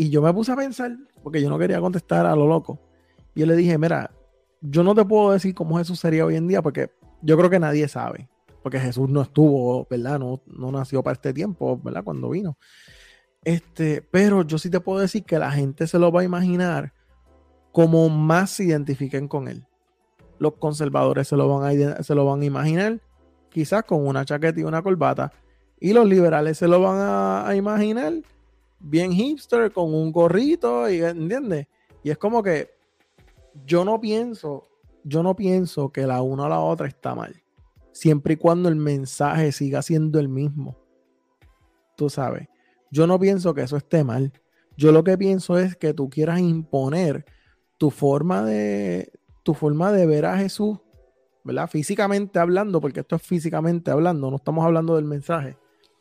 Y yo me puse a pensar, porque yo no quería contestar a lo loco. Y yo le dije, mira, yo no te puedo decir cómo Jesús sería hoy en día, porque yo creo que nadie sabe. Porque Jesús no estuvo, ¿verdad? No, no nació para este tiempo, ¿verdad? Cuando vino. Este, pero yo sí te puedo decir que la gente se lo va a imaginar como más se identifiquen con él. Los conservadores se lo van a, se lo van a imaginar quizás con una chaqueta y una corbata. Y los liberales se lo van a, a imaginar bien hipster, con un gorrito, y, ¿entiendes? Y es como que yo no pienso, yo no pienso que la una o la otra está mal. Siempre y cuando el mensaje siga siendo el mismo. Tú sabes. Yo no pienso que eso esté mal. Yo lo que pienso es que tú quieras imponer tu forma de, tu forma de ver a Jesús, ¿verdad? Físicamente hablando, porque esto es físicamente hablando, no estamos hablando del mensaje.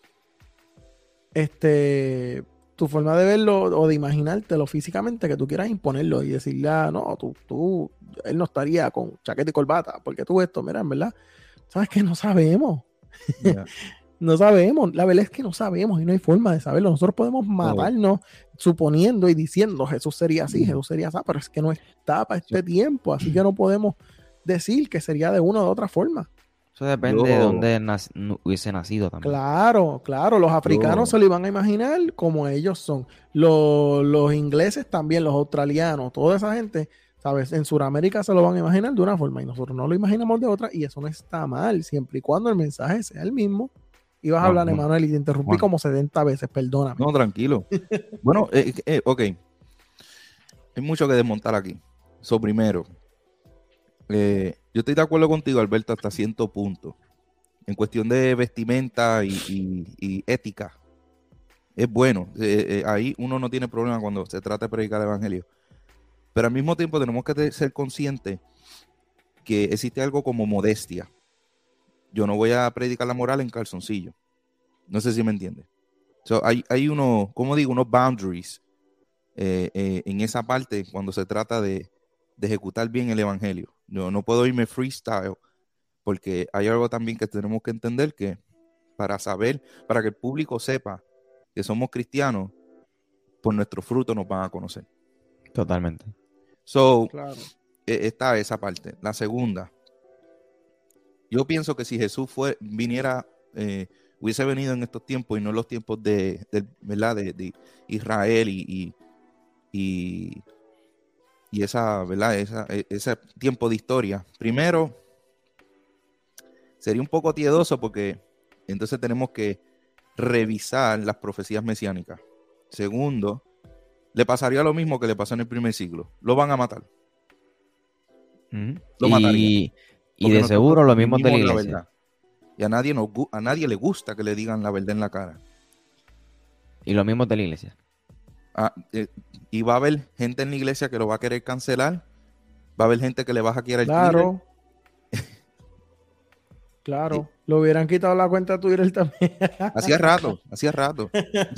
Este, tu forma de verlo o de imaginártelo físicamente, que tú quieras imponerlo y decirle, ah, no, tú, tú, él no estaría con chaqueta y corbata, porque tú esto, mira, en verdad, ¿sabes qué? No sabemos. Yeah. No sabemos, la verdad es que no sabemos y no hay forma de saberlo. Nosotros podemos matarnos suponiendo y diciendo Jesús sería así, Jesús sería así, pero es que no está para este tiempo, así que no podemos decir que sería de una u otra forma.
Eso depende Yo... de dónde nac- hubiese nacido también.
Claro, claro, los africanos Yo... se lo iban a imaginar como ellos son. Los, los ingleses también, los australianos, toda esa gente, ¿sabes? En Sudamérica se lo van a imaginar de una forma y nosotros no lo imaginamos de otra, y eso no está mal, siempre y cuando el mensaje sea el mismo. Ibas a hablar, no, Emanuel, y te interrumpí Juan. como setenta veces, perdóname.
No, tranquilo. Bueno, eh, eh, ok. Hay mucho que desmontar aquí. So, primero, eh, yo estoy de acuerdo contigo, Alberto, hasta cierto punto. En cuestión de vestimenta y, y, y ética. Es bueno. Eh, eh, ahí uno no tiene problema cuando se trata de predicar el evangelio. Pero al mismo tiempo tenemos que ser conscientes que existe algo como modestia. Yo no voy a predicar la moral en calzoncillo. No sé si me entiende. So, hay, hay unos, como digo, unos boundaries eh, eh, en esa parte cuando se trata de, de ejecutar bien el evangelio. Yo no puedo irme freestyle porque hay algo también que tenemos que entender, que para saber, para que el público sepa que somos cristianos, por nuestro fruto nos van a conocer.
Totalmente.
So, claro. eh, está esa parte. La segunda, yo pienso que si Jesús fue, viniera, eh, hubiese venido en estos tiempos y no en los tiempos de, de, ¿verdad? de, de Israel y, y, y, y esa, ¿verdad? Esa, ese tiempo de historia, primero sería un poco tiedoso porque entonces tenemos que revisar las profecías mesiánicas. Segundo, le pasaría lo mismo que le pasó en el primer siglo. Lo van a matar.
Mm. Lo matarían. Y de seguro lo mismo de la iglesia.
La y a nadie, nos, a nadie le gusta que le digan la verdad en la cara.
Y lo mismo de la iglesia.
Ah, eh, y va a haber gente en la iglesia que lo va a querer cancelar. Va a haber gente que le va a hackear el
claro. Twitter. Claro. Sí. Le hubieran quitado la cuenta de Twitter también.
Hacía rato, hacía rato.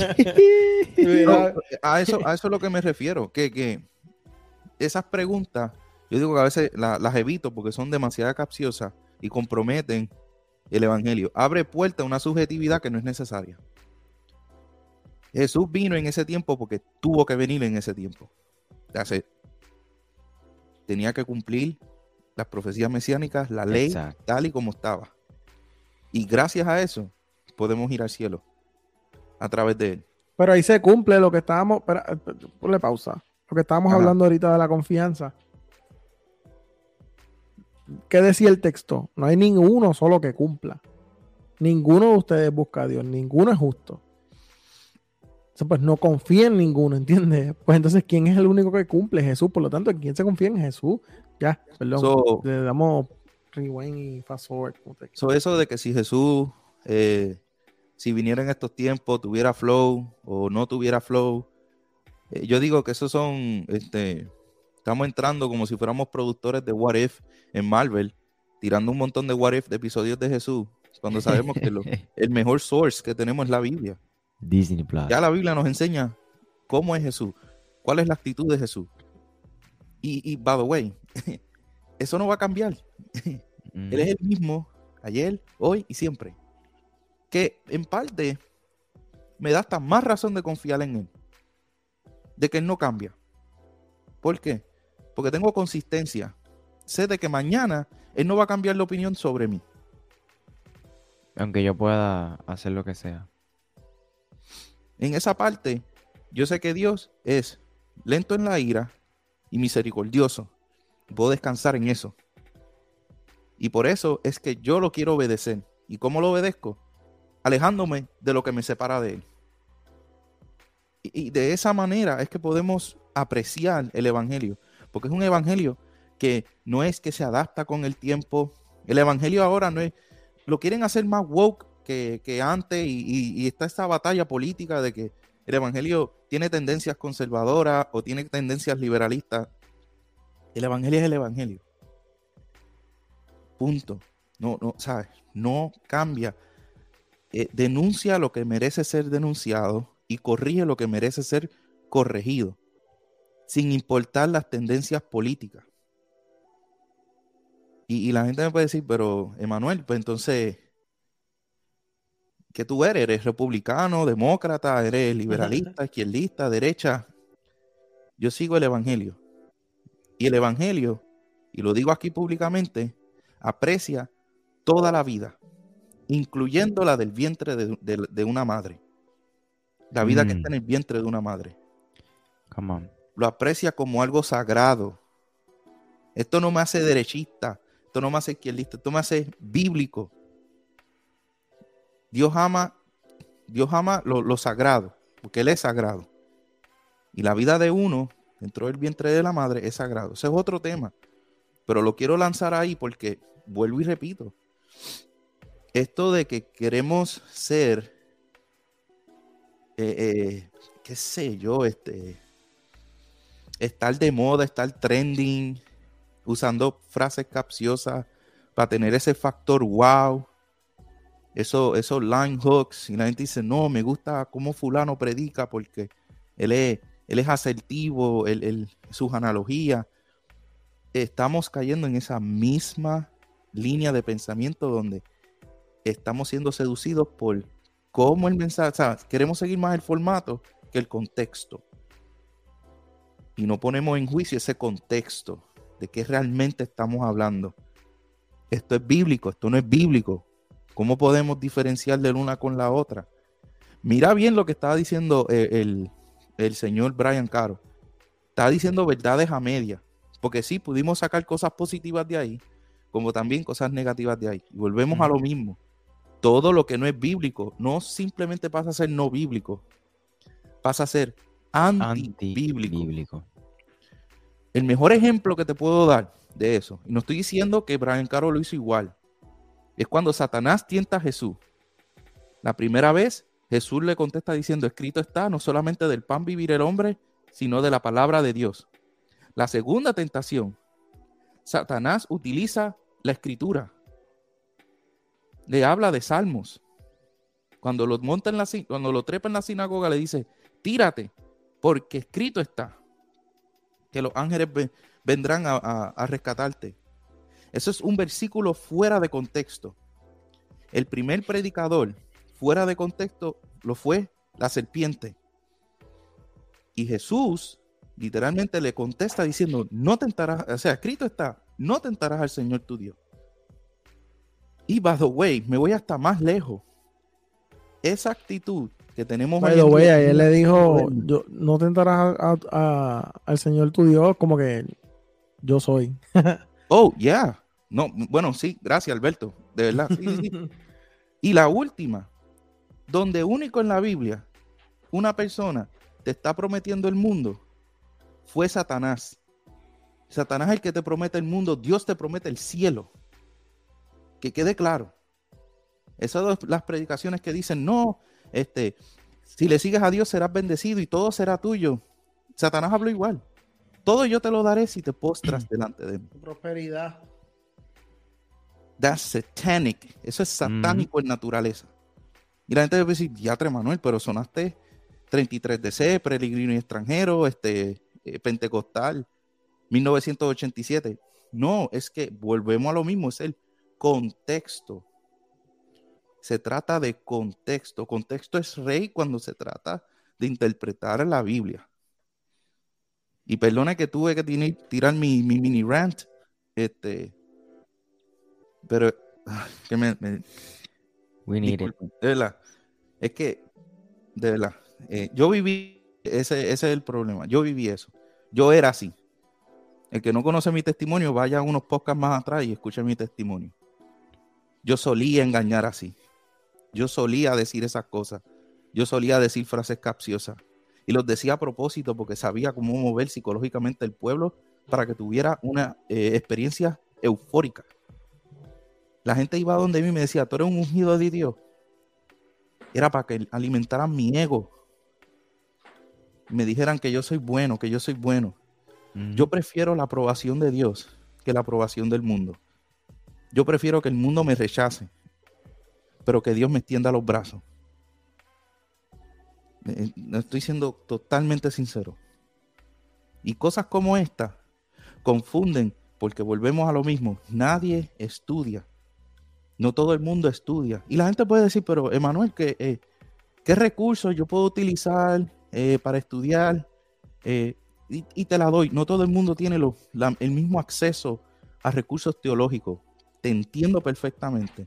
No, a, eso, a eso es lo que me refiero. Que, que esas preguntas, yo digo que a veces la, las evito porque son demasiado capciosas y comprometen el evangelio. Abre puerta a una subjetividad que no es necesaria. Jesús vino en ese tiempo porque tuvo que venir en ese tiempo. Hace, tenía que cumplir las profecías mesiánicas, la ley, exacto, tal y como estaba. Y gracias a eso podemos ir al cielo a través de él.
Pero ahí se cumple lo que estábamos, espera, ponle pausa, lo que estábamos Ajá. hablando ahorita de la confianza. ¿Qué decía el texto? No hay ninguno solo que cumpla. Ninguno de ustedes busca a Dios, ninguno es justo. Entonces, pues no confía en ninguno, ¿entiendes? Pues entonces, ¿quién es el único que cumple? Jesús. Por lo tanto, ¿quién se confía en Jesús? Ya, perdón. So, le damos rewind y fast forward.
So eso de que si Jesús, eh, si viniera en estos tiempos, tuviera flow o no tuviera flow, eh, yo digo que esos son, este, estamos entrando como si fuéramos productores de What If en Marvel, tirando un montón de What If de episodios de Jesús, cuando sabemos que lo, el mejor source que tenemos es la Biblia.
Disney Plus.
Ya la Biblia nos enseña cómo es Jesús, cuál es la actitud de Jesús. Y, y by the way, eso no va a cambiar. Mm. Él es el mismo ayer, hoy y siempre. Que en parte me da hasta más razón de confiar en él. de que Él no cambia. ¿Por qué? Porque tengo consistencia. Sé de que mañana Él no va a cambiar la opinión sobre mí.
Aunque yo pueda hacer lo que sea.
En esa parte, yo sé que Dios es lento en la ira y misericordioso. Puedo descansar en eso. Y por eso es que yo lo quiero obedecer. ¿Y cómo lo obedezco? Alejándome de lo que me separa de Él. Y, y de esa manera es que podemos apreciar el evangelio. Porque es un evangelio que no es que se adapta con el tiempo. El evangelio ahora no es... Lo quieren hacer más woke que, que antes y, y, y está esta batalla política de que el evangelio tiene tendencias conservadoras o tiene tendencias liberalistas. El evangelio es el evangelio. Punto. No, no, ¿sabes? No cambia. Eh, denuncia lo que merece ser denunciado y corrige lo que merece ser corregido, sin importar las tendencias políticas. Y, y la gente me puede decir, pero Emanuel, pues entonces, ¿qué tú eres? ¿Eres republicano, demócrata, eres liberalista, izquierdista, derecha? Yo sigo el evangelio. Y el evangelio, y lo digo aquí públicamente, aprecia toda la vida, incluyendo la del vientre de, de, de una madre. La vida mm. que está en el vientre de una madre.
Come on.
Lo aprecia como algo sagrado. Esto no me hace derechista, esto no me hace izquierdista, esto me hace bíblico. Dios ama, Dios ama lo, lo sagrado, porque Él es sagrado. Y la vida de uno, dentro del vientre de la madre, es sagrado. Ese es otro tema. Pero lo quiero lanzar ahí porque, vuelvo y repito, esto de que queremos ser, eh, eh, qué sé yo, este, estar de moda, estar trending, usando frases capciosas para tener ese factor wow, eso, esos line hooks, y la gente dice, no, me gusta cómo fulano predica porque él es, él es asertivo, él, él, sus analogías. Estamos cayendo en esa misma línea de pensamiento donde estamos siendo seducidos por cómo el mensaje, o sea, queremos seguir más el formato que el contexto. Y no ponemos en juicio ese contexto de qué realmente estamos hablando. Esto es bíblico, esto no es bíblico. ¿Cómo podemos diferenciar de una con la otra? Mira bien lo que estaba diciendo el, el, el señor Brian Caro. Estaba diciendo verdades a medias. Porque sí, pudimos sacar cosas positivas de ahí, como también cosas negativas de ahí. Y volvemos mm. a lo mismo. Todo lo que no es bíblico no simplemente pasa a ser no bíblico, pasa a ser antibíblico. Anti El mejor ejemplo que te puedo dar de eso, y no estoy diciendo que Brian Caro lo hizo igual, es cuando Satanás tienta a Jesús. La primera vez, Jesús le contesta diciendo, escrito está, no solamente del pan vivir el hombre, sino de la palabra de Dios. La segunda tentación, Satanás utiliza la escritura. Le habla de salmos. Cuando lo monta en la, cuando lo trepa en la sinagoga, le dice, tírate, porque escrito está que los ángeles vendrán a, a, a rescatarte. Eso es un versículo fuera de contexto. El primer predicador fuera de contexto lo fue la serpiente. Y Jesús literalmente le contesta diciendo, no tentarás, o sea, escrito está, no tentarás al Señor tu Dios. Y by the way, me voy hasta más lejos. Esa actitud que tenemos
by the way, ahí él le dijo, yo, no tentarás a, a, a, al Señor tu Dios, como que yo soy.
Oh, yeah. No, bueno, sí, gracias, Alberto, de verdad. Sí, sí, sí. Y la última, donde único en la Biblia una persona te está prometiendo el mundo, fue Satanás. Satanás es el que te promete el mundo, Dios te promete el cielo. Que quede claro. Esas son las predicaciones que dicen, no, este, si le sigues a Dios serás bendecido y todo será tuyo. Satanás habló igual. Todo yo te lo daré si te postras delante de mí.
Prosperidad.
That's satanic. Eso es satánico mm. en naturaleza. Y la gente debe decir, diatre Manuel, pero sonaste treinta y tres D C, peregrino y extranjero, este, eh, pentecostal, mil novecientos ochenta y siete. No, es que volvemos a lo mismo, es el contexto. Se trata de contexto. Contexto es rey cuando se trata de interpretar la Biblia. Y perdone que tuve que tirar, tirar mi, mi mini rant, este, pero que me, me
We need it.
disculpen, de verdad, es que, de verdad, eh, yo viví, ese, ese es el problema, yo viví eso, yo era así. El que no conoce mi testimonio, vaya a unos podcasts más atrás y escuche mi testimonio. Yo solía engañar así, yo solía decir esas cosas, yo solía decir frases capciosas, y los decía a propósito porque sabía cómo mover psicológicamente el pueblo para que tuviera una eh, experiencia eufórica. La gente iba donde mí y me decía, tú eres un ungido de Dios. Era para que alimentaran mi ego. Me dijeran que yo soy bueno, que yo soy bueno. Uh-huh. Yo prefiero la aprobación de Dios que la aprobación del mundo. Yo prefiero que el mundo me rechace, pero que Dios me extienda los brazos. Estoy siendo totalmente sincero. Y cosas como esta confunden porque volvemos a lo mismo. Nadie estudia. No todo el mundo estudia. Y la gente puede decir, pero Emanuel, ¿qué, eh, ¿qué recursos yo puedo utilizar eh, para estudiar? Eh, y, y te la doy. No todo el mundo tiene lo, la, el mismo acceso a recursos teológicos. Te entiendo perfectamente.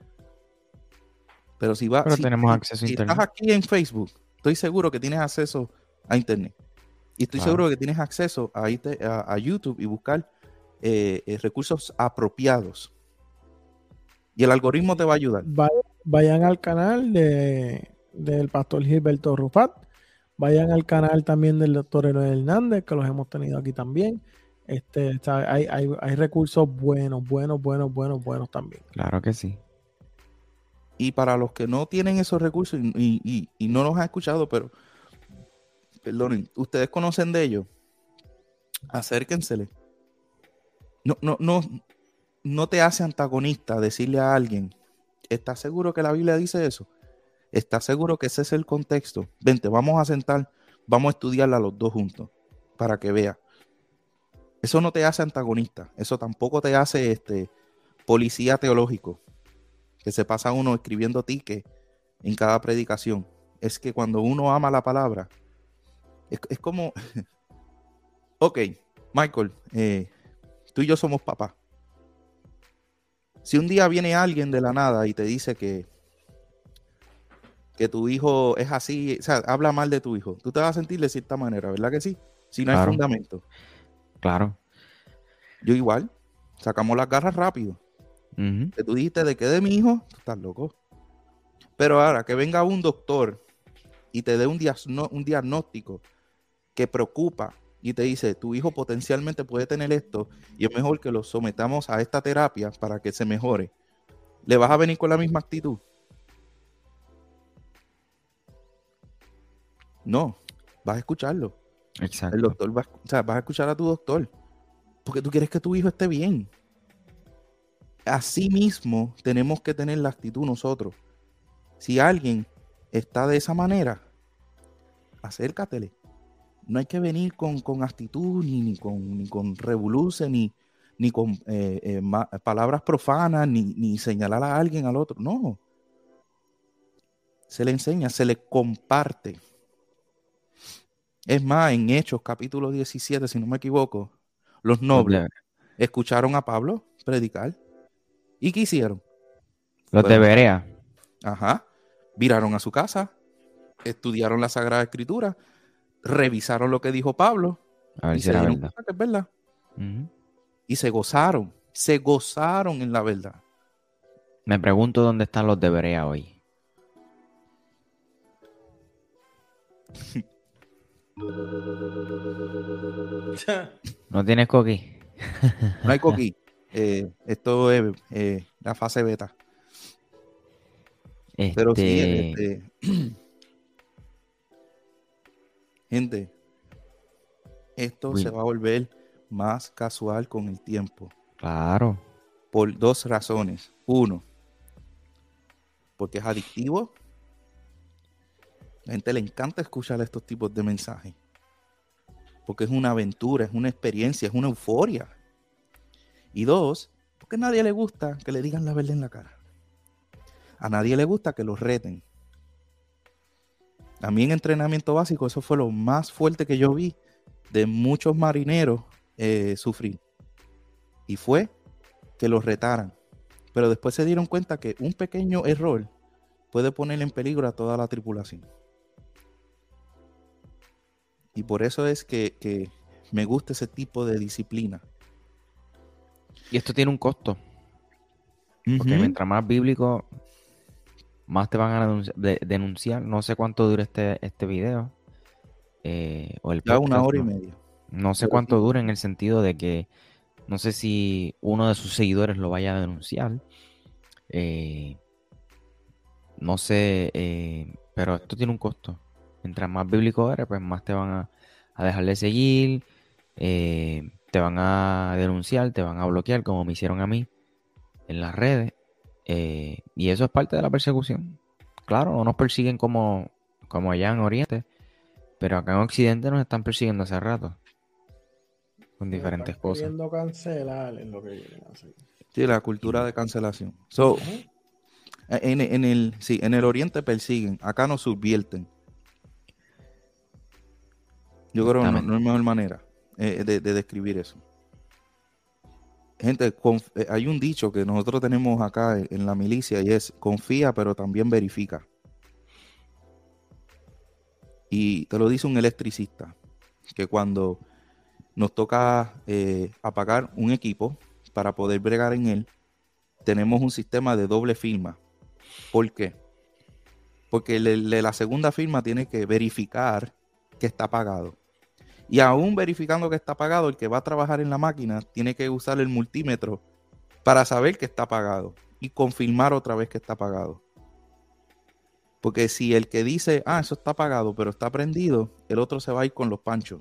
Pero si, va,
pero
si,
tenemos
si,
acceso a
si
internet.
estás aquí en Facebook, estoy seguro que tienes acceso a internet. Y estoy claro. seguro que tienes acceso a, a, a YouTube y buscar eh, eh, recursos apropiados. Y el algoritmo te va a ayudar.
Vayan al canal de, del pastor Gilberto Rufat. Vayan al canal también del doctor Eloy Hernández, que los hemos tenido aquí también. Este, hay, hay, hay recursos buenos, buenos, buenos, buenos, buenos también.
Claro que sí.
Y para los que no tienen esos recursos y, y, y, y no los han escuchado, pero perdonen, ustedes conocen de ellos, acérquensele. No, no, no, no te hace antagonista decirle a alguien, ¿estás seguro que la Biblia dice eso? ¿Estás seguro que ese es el contexto? Vente, vamos a sentar, vamos a estudiarla los dos juntos para que vea. Eso no te hace antagonista, eso tampoco te hace este policía teológico, que se pasa uno escribiendo tickets en cada predicación. Es que cuando uno ama la palabra, es, es como, ok, Michael, eh, tú y yo somos papás. Si un día viene alguien de la nada y te dice que, que tu hijo es así, o sea, habla mal de tu hijo, tú te vas a sentir de cierta manera, ¿verdad que sí? Si no claro. hay fundamento.
Claro.
Yo igual, sacamos las garras rápido.
Uh-huh.
Que tú dijiste de que de mi hijo, tú estás loco. Pero ahora que venga un doctor y te dé un, diasno, un diagnóstico que preocupa y te dice, tu hijo potencialmente puede tener esto y es mejor que lo sometamos a esta terapia para que se mejore, ¿le vas a venir con la misma actitud? No, vas a escucharlo.
Exacto.
El doctor va, o sea, vas a escuchar a tu doctor porque tú quieres que tu hijo esté bien. Así mismo tenemos que tener la actitud nosotros. Si alguien está de esa manera, acércatele. No hay que venir con, con actitud, ni, ni con, ni con revoluce, ni, ni con eh, eh, ma, palabras profanas, ni, ni señalar a alguien al otro. No. Se le enseña, se le comparte. Es más, en Hechos capítulo diecisiete, si no me equivoco, los nobles escucharon a Pablo predicar. ¿Y qué hicieron?
Los bueno, de Berea.
Ajá. Viraron a su casa, estudiaron la Sagrada Escritura, revisaron lo que dijo Pablo.
A ver
y
si
se
era
dieron
verdad.
cuenta que es verdad.
Uh-huh.
Y se gozaron, se gozaron en la verdad.
Me pregunto dónde están los de Berea hoy. ¿No tienes coqui?
No hay coqui. Eh, esto es eh, la fase beta.
Este...
Pero sí, este... gente, esto Uy. se va a volver más casual con el tiempo.
Claro.
Por dos razones. Uno, porque es adictivo. La gente le encanta escuchar estos tipos de mensajes. Porque es una aventura, es una experiencia, es una euforia. Y dos, porque a nadie le gusta que le digan la verdad en la cara. A nadie le gusta que los reten. A mí en entrenamiento básico eso fue lo más fuerte que yo vi de muchos marineros eh, sufrir. Y fue que los retaran. Pero después se dieron cuenta que un pequeño error puede poner en peligro a toda la tripulación. Y por eso es que, que me gusta ese tipo de disciplina.
Y esto tiene un costo. Porque
Ujú.
mientras más bíblico, más te van a denunciar. De, denunciar. No sé cuánto dura este, este video. Eh, o el
Ya
podcast,
una hora
¿no?
y media.
No sé
Pero
cuánto
sí.
dura en el sentido de que no sé si uno de sus seguidores lo vaya a denunciar. Eh, no sé, eh, pero esto tiene un costo. Mientras más bíblico eres, pues más te van a, a dejar de seguir, eh, te van a denunciar, te van a bloquear, como me hicieron a mí en las redes. Eh, y eso es parte de la persecución. Claro, no nos persiguen como, como allá en Oriente, pero acá en Occidente nos están persiguiendo hace rato. Con
Me
diferentes
están
cosas.
queriendo cancelar en lo que vienen a hacer.
Sí, la cultura de cancelación. So,
Ujú.
en, en el, sí, en el Oriente persiguen, acá nos subvierten. Yo creo que no,
Exactamente.
no hay mejor manera eh, de, de describir eso. Gente, conf- eh, hay un dicho que nosotros tenemos acá en, en la milicia y es confía, pero también verifica. Y te lo dice un electricista, que cuando nos toca eh, apagar un equipo para poder bregar en él, tenemos un sistema de doble firma. ¿Por qué? Porque le- le- la segunda firma tiene que verificar que está apagado. Y aún verificando que está apagado, el que va a trabajar en la máquina tiene que usar el multímetro para saber que está apagado y confirmar otra vez que está apagado. Porque si el que dice, ah, eso está apagado, pero está prendido, el otro se va a ir con los panchos.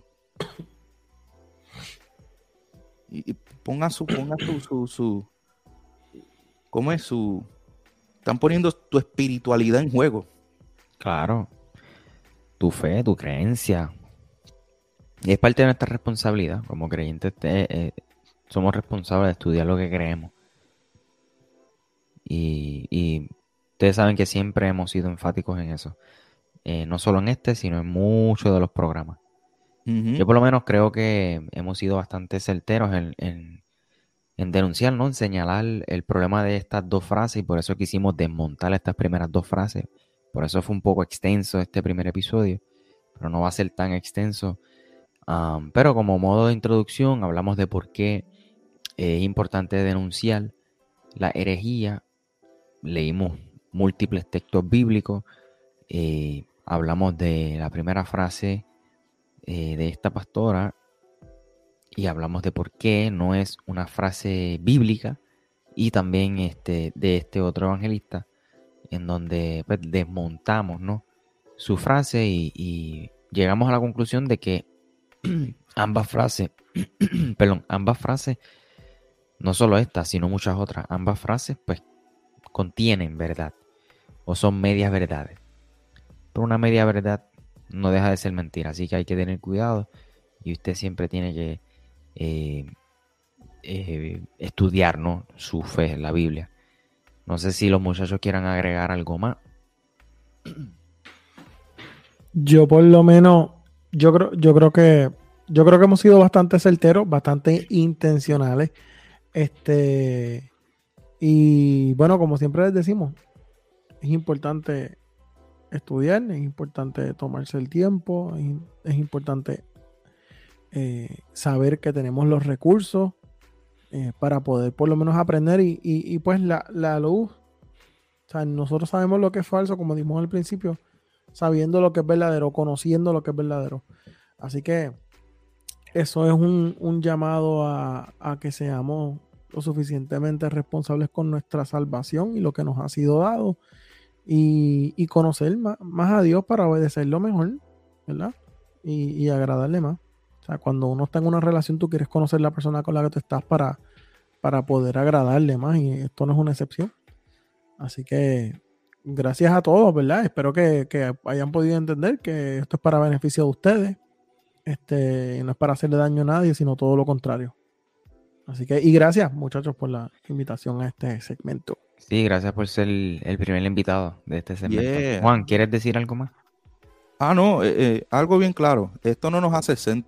Y, y ponga su, ponga su, su, su, ¿cómo es su? Están poniendo tu espiritualidad en juego.
Claro. Tu fe, tu creencia. Y es parte de nuestra responsabilidad. Como creyentes, te- eh, somos responsables de estudiar lo que creemos. Y, y ustedes saben que siempre hemos sido enfáticos en eso. Eh, no solo en este, sino en muchos de los programas.
Ujú.
Yo por lo menos creo que hemos sido bastante certeros en, en, en denunciar, ¿no? En señalar el problema de estas dos frases y por eso quisimos desmontar estas primeras dos frases. Por eso fue un poco extenso este primer episodio, pero no va a ser tan extenso. Um, pero como modo de introducción hablamos de por qué es importante denunciar la herejía. Leímos múltiples textos bíblicos. Eh, hablamos de la primera frase eh, de esta pastora y hablamos de por qué no es una frase bíblica, y también este, de este otro evangelista, en donde pues, desmontamos, ¿no? su frase y, y llegamos a la conclusión de que ambas frases, perdón, ambas frases, no solo esta, sino muchas otras, ambas frases pues contienen verdad o son medias verdades. Pero una media verdad no deja de ser mentira, así que hay que tener cuidado y usted siempre tiene que eh, eh, estudiar, ¿no? su fe, la Biblia. No sé si los muchachos quieran agregar algo más.
Yo por lo menos, yo creo, yo creo que, yo creo que hemos sido bastante certeros, bastante intencionales. Este, y bueno, como siempre les decimos, es importante estudiar, es importante tomarse el tiempo, es, es importante eh, saber que tenemos los recursos eh, para poder por lo menos aprender y, y, y pues la, la luz, o sea, nosotros sabemos lo que es falso, como dijimos al principio, sabiendo lo que es verdadero, conociendo lo que es verdadero. Así que eso es un, un llamado a, a que seamos lo suficientemente responsables con nuestra salvación y lo que nos ha sido dado y, y conocer más, más a Dios para obedecerlo mejor, ¿verdad? Y, y agradarle más. O sea, cuando uno está en una relación, tú quieres conocer la persona con la que tú estás para, para poder agradarle más, y esto no es una excepción. Así que gracias a todos, ¿verdad? Espero que, que hayan podido entender que esto es para beneficio de ustedes. Este, no es para hacerle daño a nadie, sino todo lo contrario. Así que, y gracias, muchachos, por la invitación a este segmento.
Sí, gracias por ser el, el primer invitado de este segmento.
Yeah.
Juan, ¿quieres decir algo más?
Ah, no, eh, eh, algo bien claro. Esto no nos hace exento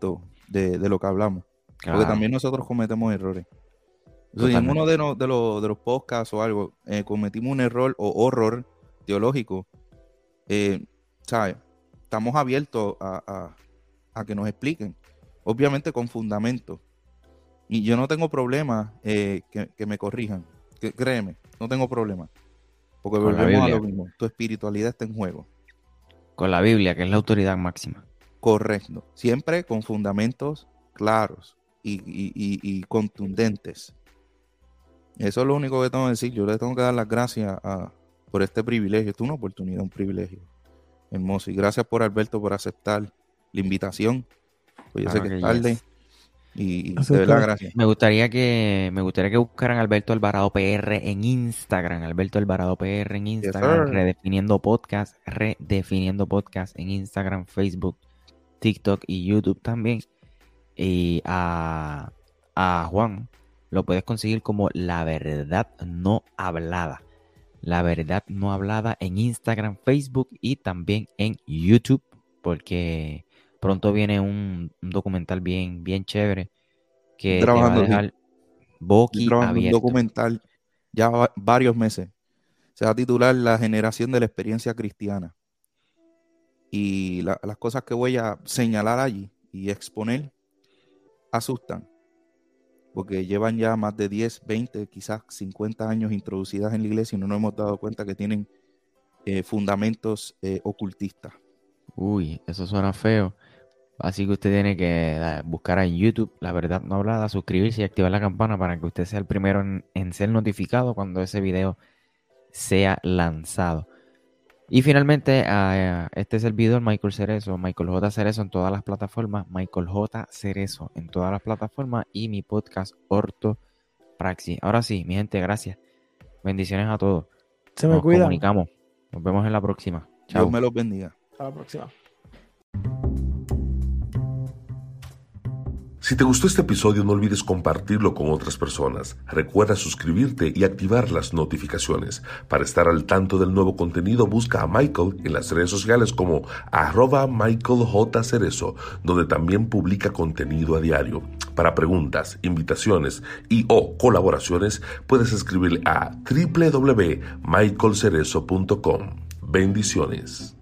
de, de lo que hablamos.
Claro.
Porque también nosotros cometemos errores. Si en uno de, no, de, los, de los podcasts o algo eh, cometimos un error o horror teológico, eh, ¿sabes? Estamos abiertos a, a, a que nos expliquen, obviamente con fundamento. Y yo no tengo problema eh, que, que me corrijan, que, créeme, no tengo problema. Porque
Con la
volvemos a
Biblia.
lo mismo, tu espiritualidad está en juego.
Con la Biblia, que es la autoridad máxima.
Correcto, siempre con fundamentos claros y, y, y, y contundentes. Eso es lo único que tengo que decir. Yo le tengo que dar las gracias a, por este privilegio. Esto es una oportunidad, un privilegio hermoso. Y gracias por Alberto por aceptar la invitación. Pues yo
Claro
sé que
que
es tarde.
yes.
Y, y
Eso
de
es
verdad,
todo.
gracias.
Me gustaría que me gustaría que buscaran a Alberto Alvarado P R en Instagram, Alberto Alvarado P R en Instagram,
sir.
Redefiniendo Podcast, Redefiniendo Podcast en Instagram, Facebook, TikTok y YouTube también. Y a, a Juan lo puedes conseguir como La Verdad No Hablada. La Verdad No Hablada en Instagram, Facebook y también en YouTube, porque pronto viene un, un documental bien, bien chévere que te va a
Trabajando, sí.
dejar
Estoy
boqui
trabajando en un
abierto.
documental ya va- varios meses. Se va a titular La generación de la experiencia cristiana. Y la- las cosas que voy a señalar allí y exponer asustan. Porque llevan ya más de diez, veinte, quizás cincuenta años introducidas en la iglesia y no nos hemos dado cuenta que tienen eh, fundamentos eh, ocultistas.
Uy, eso suena feo. Así que usted tiene que eh, buscar en YouTube La Verdad No Hablada, suscribirse y activar la campana para que usted sea el primero en, en ser notificado cuando ese video sea lanzado. Y finalmente, uh, este es el video de Michael Cerezo, Michael J. Cerezo en todas las plataformas, Michael J. Cerezo en todas las plataformas y mi podcast Ortopraxis. Ahora sí, mi gente, gracias. Bendiciones a todos.
Se me
Nos
cuidan.
comunicamos. Nos vemos en la próxima. Chao.
Dios me los bendiga.
Hasta la próxima.
Si te gustó este episodio, no olvides compartirlo con otras personas. Recuerda suscribirte y activar las notificaciones. Para estar al tanto del nuevo contenido, busca a Michael en las redes sociales como arroba Michael J. Cerezo, donde también publica contenido a diario. Para preguntas, invitaciones y o colaboraciones, puedes escribirle a doble u doble u doble u punto michael cerezo punto com. Bendiciones.